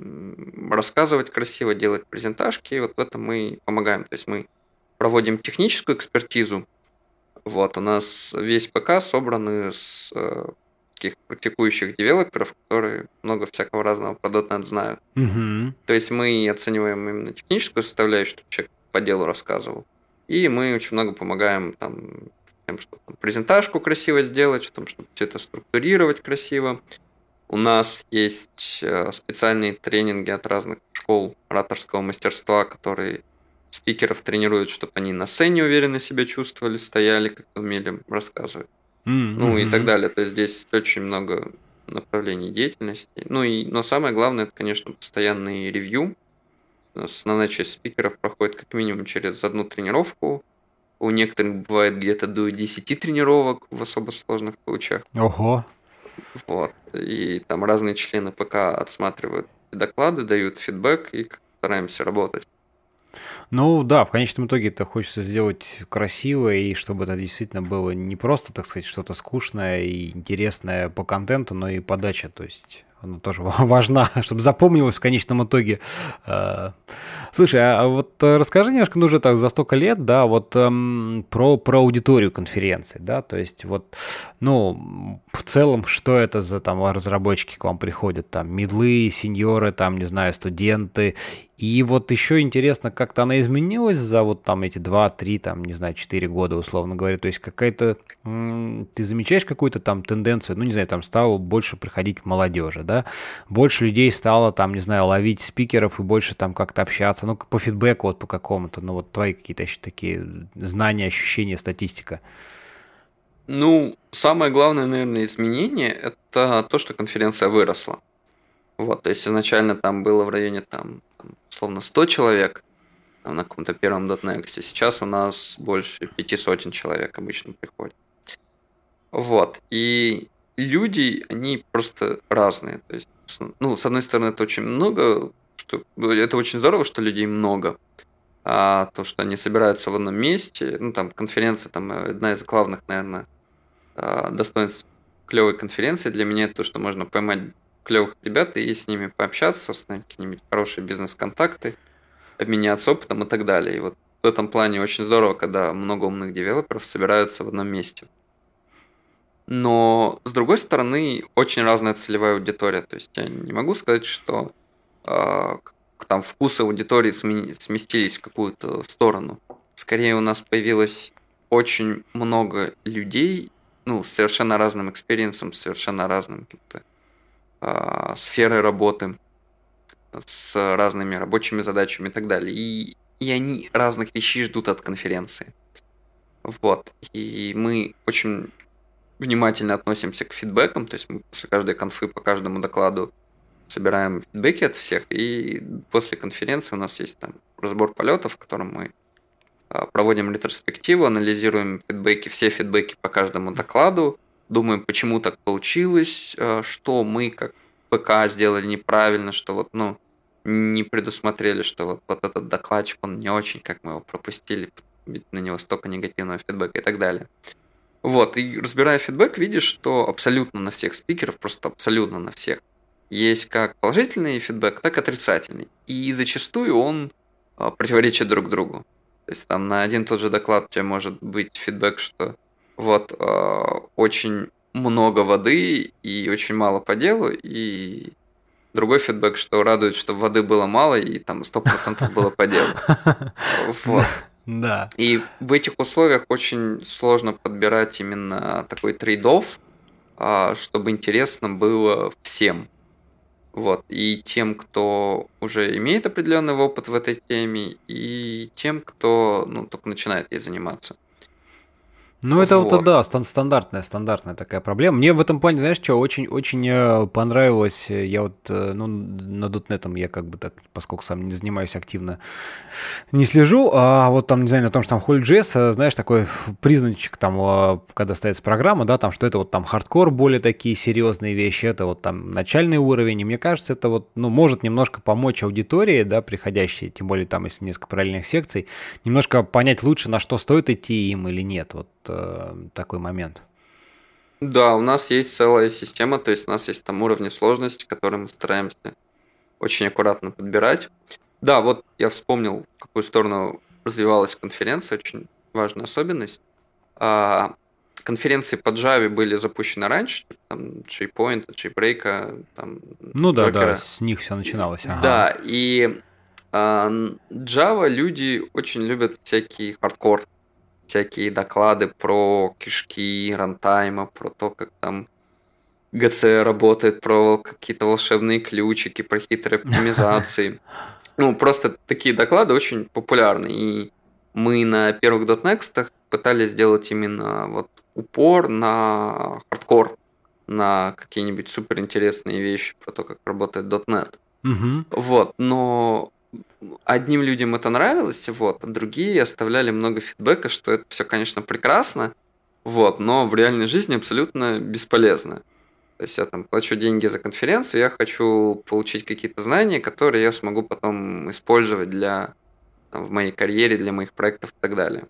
м, рассказывать красиво, делать презентажки, и вот в этом мы помогаем. То есть мы проводим техническую экспертизу. Вот, у нас весь ПК собран из э, таких практикующих девелоперов, которые много всякого разного про .дот нет знают. Мгм. То есть мы оцениваем именно техническую составляющую, чтобы человек по делу рассказывал. И мы очень много помогаем там, тем, чтобы там, презентажку красиво сделать, что там, чтобы все это структурировать красиво. У нас есть э, специальные тренинги от разных школ ораторского мастерства, которые спикеров тренируют, чтобы они на сцене уверенно себя чувствовали, стояли, как умели рассказывать. М, Ну и так мгм. далее. То есть здесь очень много направлений деятельности. Ну и, но самое главное, это, конечно, постоянный ревью. Основная часть спикеров проходит как минимум через одну тренировку. У некоторых бывает где-то до десяти тренировок в особо сложных случаях. Ого. Вот. И там разные члены ПК отсматривают доклады, дают фидбэк и как стараемся работать. Ну да, в конечном итоге это хочется сделать красиво, и чтобы это действительно было не просто, так сказать, что-то скучное и интересное по контенту, но и подача, то есть она тоже важна, чтобы запомнилось в конечном итоге. Э, Слушай, а вот э, расскажи немножко, ну уже так за столько лет, да, вот эм, про, про аудиторию конференции, да, то есть вот, ну, в целом, что это за там разработчики к вам приходят, там, мидлы, сеньоры, там, не знаю, студенты, и вот еще интересно, как-то она изменилась за вот там эти два-три, там, не знаю, четыре года, условно говоря. То есть какая-то... м, Ты замечаешь какую-то там тенденцию, ну, не знаю, там стало больше приходить молодежи, да? Больше людей стало там, не знаю, ловить спикеров и больше там как-то общаться, ну, по фидбэку вот по какому-то, ну, вот твои какие-то еще такие знания, ощущения, статистика. Ну, самое главное, наверное, изменение – это то, что конференция выросла. Вот, то есть изначально там было в районе, там, там, условно, сто человек там, на каком-то первом .дот некс. Сейчас у нас больше пяти сотен человек обычно приходят. Вот, и люди, они просто разные. То есть, с- ну, с одной стороны, это очень много, что, ну, это очень здорово, что людей много. А то, что они собираются в одном месте, ну, там, конференция, там, э, одна из главных, наверное, а, достоинств клевой конференции для меня это то, что можно поймать клевых ребят и с ними пообщаться, установить какие-нибудь хорошие бизнес-контакты, обменяться опытом и так далее. И вот в этом плане очень здорово, когда много умных девелоперов собираются в одном месте. Но, с другой стороны, очень разная целевая аудитория. То есть я не могу сказать, что а, к- там вкусы аудитории сме- сместились в какую-то сторону. скорее у нас появилось очень много людей, ну, с совершенно разным экспириенсом, с совершенно разным каким-то э, сферой работы, с разными рабочими задачами и так далее. И, и они разных вещей ждут от конференции. Вот. И мы очень внимательно относимся к фидбэкам, то есть мы после каждой конфы по каждому докладу собираем фидбэки от всех, и после конференции у нас есть там разбор полетов, в котором мы проводим ретроспективу, анализируем фидбэки, все фидбэки по каждому докладу, думаем, почему так получилось, что мы как ПК сделали неправильно, что вот, ну, не предусмотрели, что вот, вот этот докладчик, он не очень, как мы его пропустили, ведь на него столько негативного фидбэка и так далее. Вот, и разбирая фидбэк, видишь, что абсолютно на всех спикеров, просто абсолютно на всех, есть как положительный фидбэк, так и отрицательный. И зачастую он а, противоречит друг другу. То есть там на один и тот же доклад у тебя может быть фидбэк, что вот а, очень много воды и очень мало по делу, и другой фидбэк, что радует, что воды было мало и там сто процентов было по делу. Вот. Да. И в этих условиях очень сложно подбирать именно такой трейд-офф, чтобы интересно было всем. Вот. И тем, кто уже имеет определенный опыт в этой теме, и тем, кто ну, только начинает ей заниматься. Ну, это вот, вот да, стандартная, стандартная такая проблема. Мне в этом плане, знаешь, что, очень-очень понравилось, я вот, ну, на дотнетом я как бы так, поскольку сам не занимаюсь активно, не слежу, а вот там, не знаю, на том, что там Holy.js, знаешь, такой призначек там, когда ставится программа, да, там, что это вот там хардкор, более такие серьезные вещи, это вот там начальный уровень, и мне кажется, это вот, ну, может немножко помочь аудитории, да, приходящей, тем более там, если несколько параллельных секций, немножко понять лучше, на что стоит идти им или нет, вот. Такой момент. Да, у нас есть целая система, то есть у нас есть там уровни сложности, которые мы стараемся очень аккуратно подбирать. Да, вот я вспомнил, в какую сторону развивалась конференция, очень важная особенность. А, конференции по Java были запущены раньше, там JPoint, JBreak, там ну да, Docker. Да, с них все начиналось. Ага. Да, и а, Java люди очень любят всякий хардкор, всякие доклады про кишки, рантайма, про то, как там джи си работает, про какие-то волшебные ключики, про хитрые оптимизации. Ну, просто такие доклады очень популярны. И мы на первых .next пытались сделать именно вот упор на хардкор, на какие-нибудь суперинтересные вещи про то, как работает .NET. Угу. Вот, но одним людям это нравилось, вот, а другие оставляли много фидбэка, что это все, конечно, прекрасно, вот, но в реальной жизни абсолютно бесполезно. То есть я там плачу деньги за конференцию, я хочу получить какие-то знания, которые я смогу потом использовать для, там, в моей карьере, для моих проектов и так далее.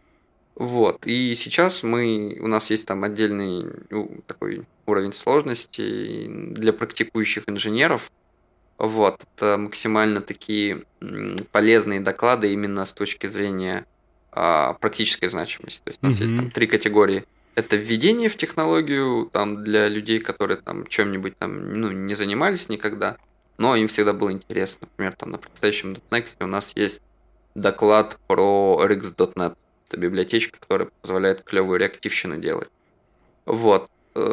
Вот, и сейчас мы, у нас есть там отдельный ну, такой уровень сложности для практикующих инженеров. Вот, это максимально такие полезные доклады именно с точки зрения а, практической значимости. То есть у нас mm-hmm. есть там три категории. Это введение в технологию там, для людей, которые там чем-нибудь там ну, не занимались никогда, но им всегда было интересно. Например, там на предстоящем .next у нас есть доклад про эр икс точка нет. Это библиотечка, которая позволяет клевую реактивщину делать. Вот.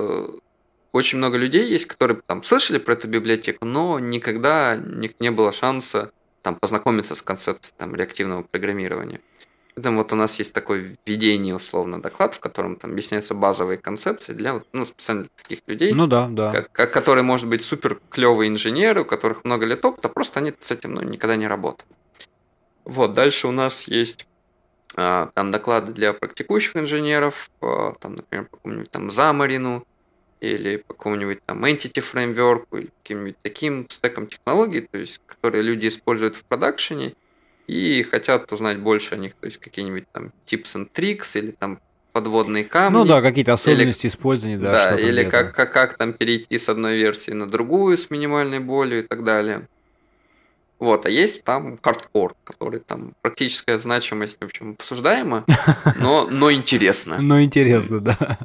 Очень много людей есть, которые там слышали про эту библиотеку, но никогда у них не было шанса там познакомиться с концепцией там, реактивного программирования. Поэтому вот у нас есть такое введение, условно, доклад, в котором там объясняются базовые концепции для ну, специально для таких людей, ну, да, да. Как, которые, может быть, супер клевые инженеры, у которых много лет опыта, просто они с этим ну, никогда не работали. Вот, дальше у нас есть а, там доклады для практикующих инженеров, а, там, например, по какому-нибудь там Xamarin, или по какому-нибудь там Entity Framework, или каким-нибудь таким стеком технологий, то есть, которые люди используют в продакшене и хотят узнать больше о них, то есть какие-нибудь там tips and tricks, или там подводные камни. Ну да, какие-то особенности или, использования, да. Да, или как, как, как там перейти с одной версии на другую с минимальной болью и так далее. Вот, а есть там хардкор, который там практическая значимость, в общем, обсуждаема, но, но интересно. Но интересно, да.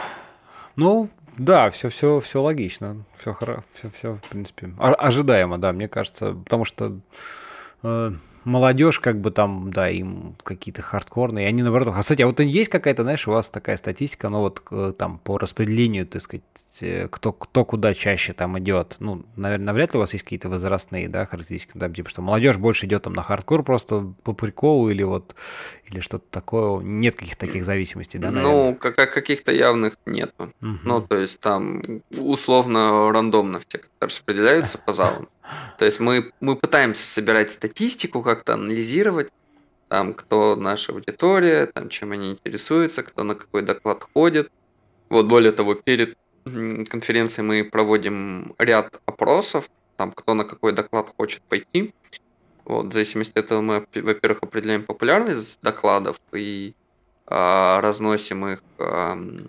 Ну, да, все, все, все логично, все, все, все, в принципе, ожидаемо, да, мне кажется, потому что, э, молодежь, как бы там, да, им какие-то хардкорные, и они наоборот. А, кстати, а вот есть какая-то, знаешь, у вас такая статистика, ну вот э, там по распределению, так сказать, э, кто, кто куда чаще там идет? Ну, наверное, навряд ли у вас есть какие-то возрастные, да, характеристики, да, типа, что молодежь больше идет там на хардкор просто по приколу или вот, или что-то такое. Нет каких-то таких зависимостей, да, наверное? Ну, как, как каких-то явных нету. Ну, Угу. то есть там условно рандомно все как-то распределяются по залам. То есть мы, мы пытаемся собирать статистику, как-то анализировать, там, кто наша аудитория, там, чем они интересуются, кто на какой доклад ходит. Вот, более того, перед м, конференцией мы проводим ряд опросов, там, кто на какой доклад хочет пойти. Вот, в зависимости от этого мы, во-первых, определяем популярность докладов и а, разносим их ам,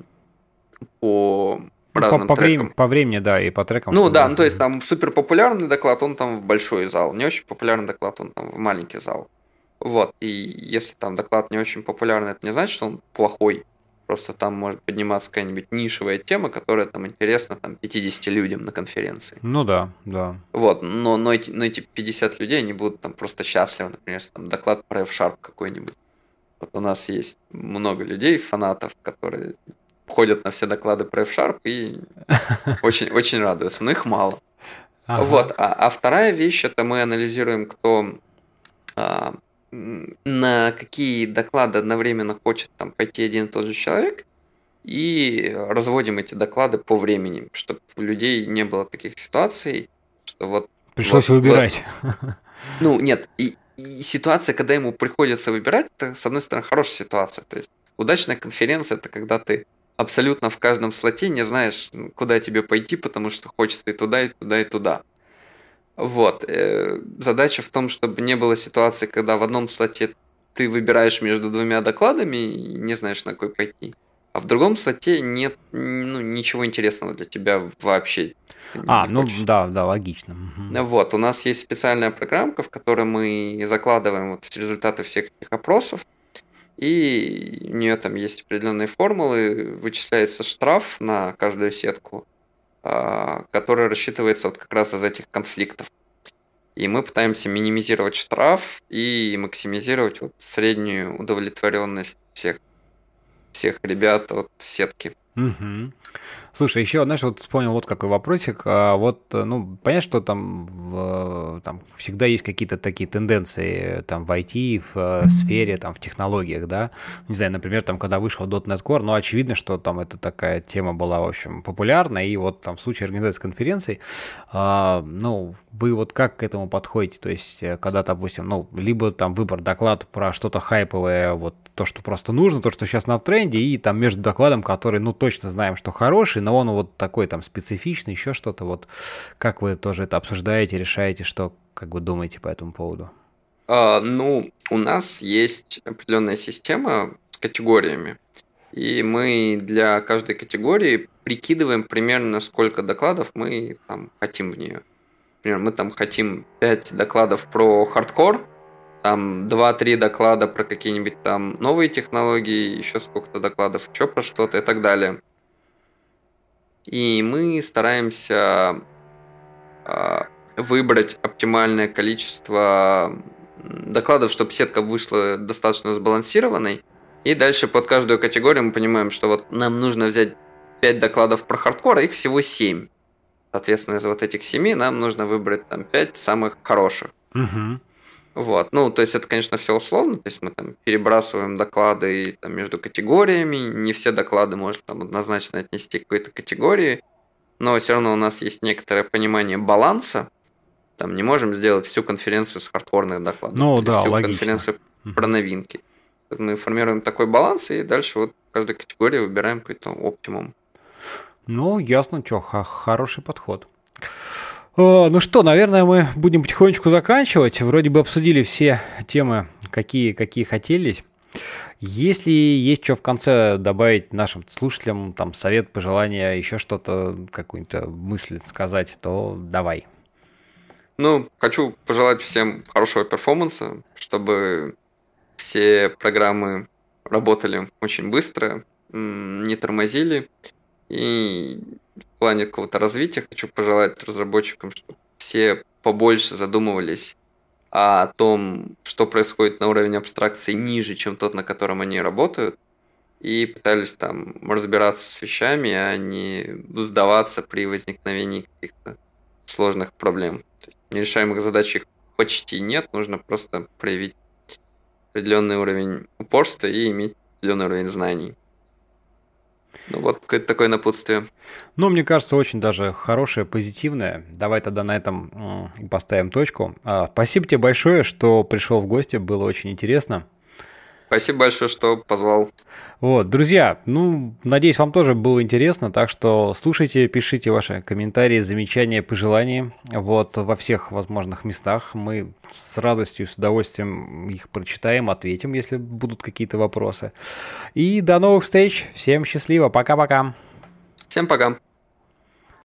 по Ну, по, разным по, времени, трекам. по времени, да, и по трекам, Ну да, чтобы... ну то есть там супер популярный доклад, он там в большой зал, не очень популярный доклад, он там в маленький зал. Вот, и если там доклад не очень популярный, это не значит, что он плохой. Просто там может подниматься какая-нибудь нишевая тема, которая там интересна там пятидесяти людям на конференции. Ну да, да. Вот, но, но, эти, но эти пятьдесят людей, они будут там просто счастливы, например, если там доклад про F-Sharp какой-нибудь. Вот у нас есть много людей, фанатов, которые ходят на все доклады про F-Sharp и очень, очень радуются, но их мало. Ага. Вот, а, а вторая вещь, это мы анализируем, кто а, м, на какие доклады одновременно хочет там пойти один и тот же человек, и разводим эти доклады по времени, чтобы у людей не было таких ситуаций, что вот, Пришлось вот, вот выбирать. ну нет, и, и ситуация, когда ему приходится выбирать, это, с одной стороны, хорошая ситуация. То есть удачная конференция – это когда ты абсолютно в каждом слоте не знаешь, ну, куда тебе пойти, потому что хочется и туда, и туда, и туда. Вот. э, Задача в том, чтобы не было ситуации, когда в одном слоте ты выбираешь между двумя докладами и не знаешь, на какой пойти. А в другом слоте нет, ну, ничего интересного для тебя вообще. Ты А, не ну хочешь. да, да, логично. Мгм. Вот, у нас есть специальная программка, в которой мы закладываем вот результаты всех этих опросов, и у нее там есть определенные формулы, вычисляется штраф на каждую сетку, а, который рассчитывается вот как раз из этих конфликтов. И мы пытаемся минимизировать штраф и максимизировать вот среднюю удовлетворенность всех, всех ребят от сетки. Мгм. Слушай, еще, знаешь, вот вспомнил вот какой вопросик. А, вот, э, ну, понятно, что там, в, э, там всегда есть какие-то такие тенденции э, там в ай ти, в э, сфере, там в технологиях, да. Не знаю, например, там, когда вышел .дот нет Core, ну, очевидно, что там эта такая тема была, в общем, популярна, и вот там в случае организации конференций, а, ну, вы вот как к этому подходите? То есть, э, когда, допустим, ну, либо там выбор доклад про что-то хайповое, вот то, что просто нужно, то, что сейчас на тренде, и там между докладом, который, ну, точно знаем, что хороший, но он вот такой там специфичный, еще что-то, вот как вы тоже это обсуждаете, решаете, что, как вы думаете по этому поводу? А, ну, у нас есть определенная система с категориями, и мы для каждой категории прикидываем примерно, сколько докладов мы там хотим в нее. Например, мы там хотим пять докладов про хардкор, там два-три доклада про какие-нибудь там новые технологии, еще сколько-то докладов еще про что-то и так далее. И мы стараемся а, выбрать оптимальное количество докладов, чтобы сетка вышла достаточно сбалансированной. И дальше под каждую категорию мы понимаем, что вот нам нужно взять пять докладов про хардкор, а их всего семь. Соответственно, из вот этих семи нам нужно выбрать там пять самых хороших. Угу. Вот. Ну, то есть это, конечно, все условно, то есть мы там перебрасываем доклады там, между категориями, не все доклады можно там однозначно отнести к какой-то категории, но все равно у нас есть некоторое понимание баланса. Там не можем сделать всю конференцию с хардкорных докладов Ну или да, всю логично. конференцию про Мгм. новинки. Мы формируем такой баланс, и дальше вот в каждой категории выбираем какой-то оптимум. Ну, ясно, что, хороший подход. О, ну что, наверное, мы будем потихонечку заканчивать. Вроде бы обсудили все темы, какие, какие хотелись. Если есть что в конце добавить нашим слушателям, там совет, пожелания, еще что-то, какую-нибудь мысль сказать, то давай. Ну, хочу пожелать всем хорошего перформанса, чтобы все программы работали очень быстро, м, не тормозили. И в плане какого-то развития хочу пожелать разработчикам, чтобы все побольше задумывались о том, что происходит на уровне абстракции ниже, чем тот, на котором они работают, и пытались там разбираться с вещами, а не сдаваться при возникновении каких-то сложных проблем. Нерешаемых задач их почти нет, нужно просто проявить определенный уровень упорства и иметь определенный уровень знаний. Ну вот, какое-то такое напутствие. Ну, мне кажется, очень даже хорошее, позитивное. Давай тогда на этом м, поставим точку. А, спасибо тебе большое, что пришел в гости, было очень интересно. Спасибо большое, что позвал. Вот, друзья, ну, надеюсь, вам тоже было интересно, так что слушайте, пишите ваши комментарии, замечания, пожелания, вот, во всех возможных местах. Мы с радостью, с удовольствием их прочитаем, ответим, если будут какие-то вопросы. И до новых встреч, всем счастливо, пока-пока. Всем пока.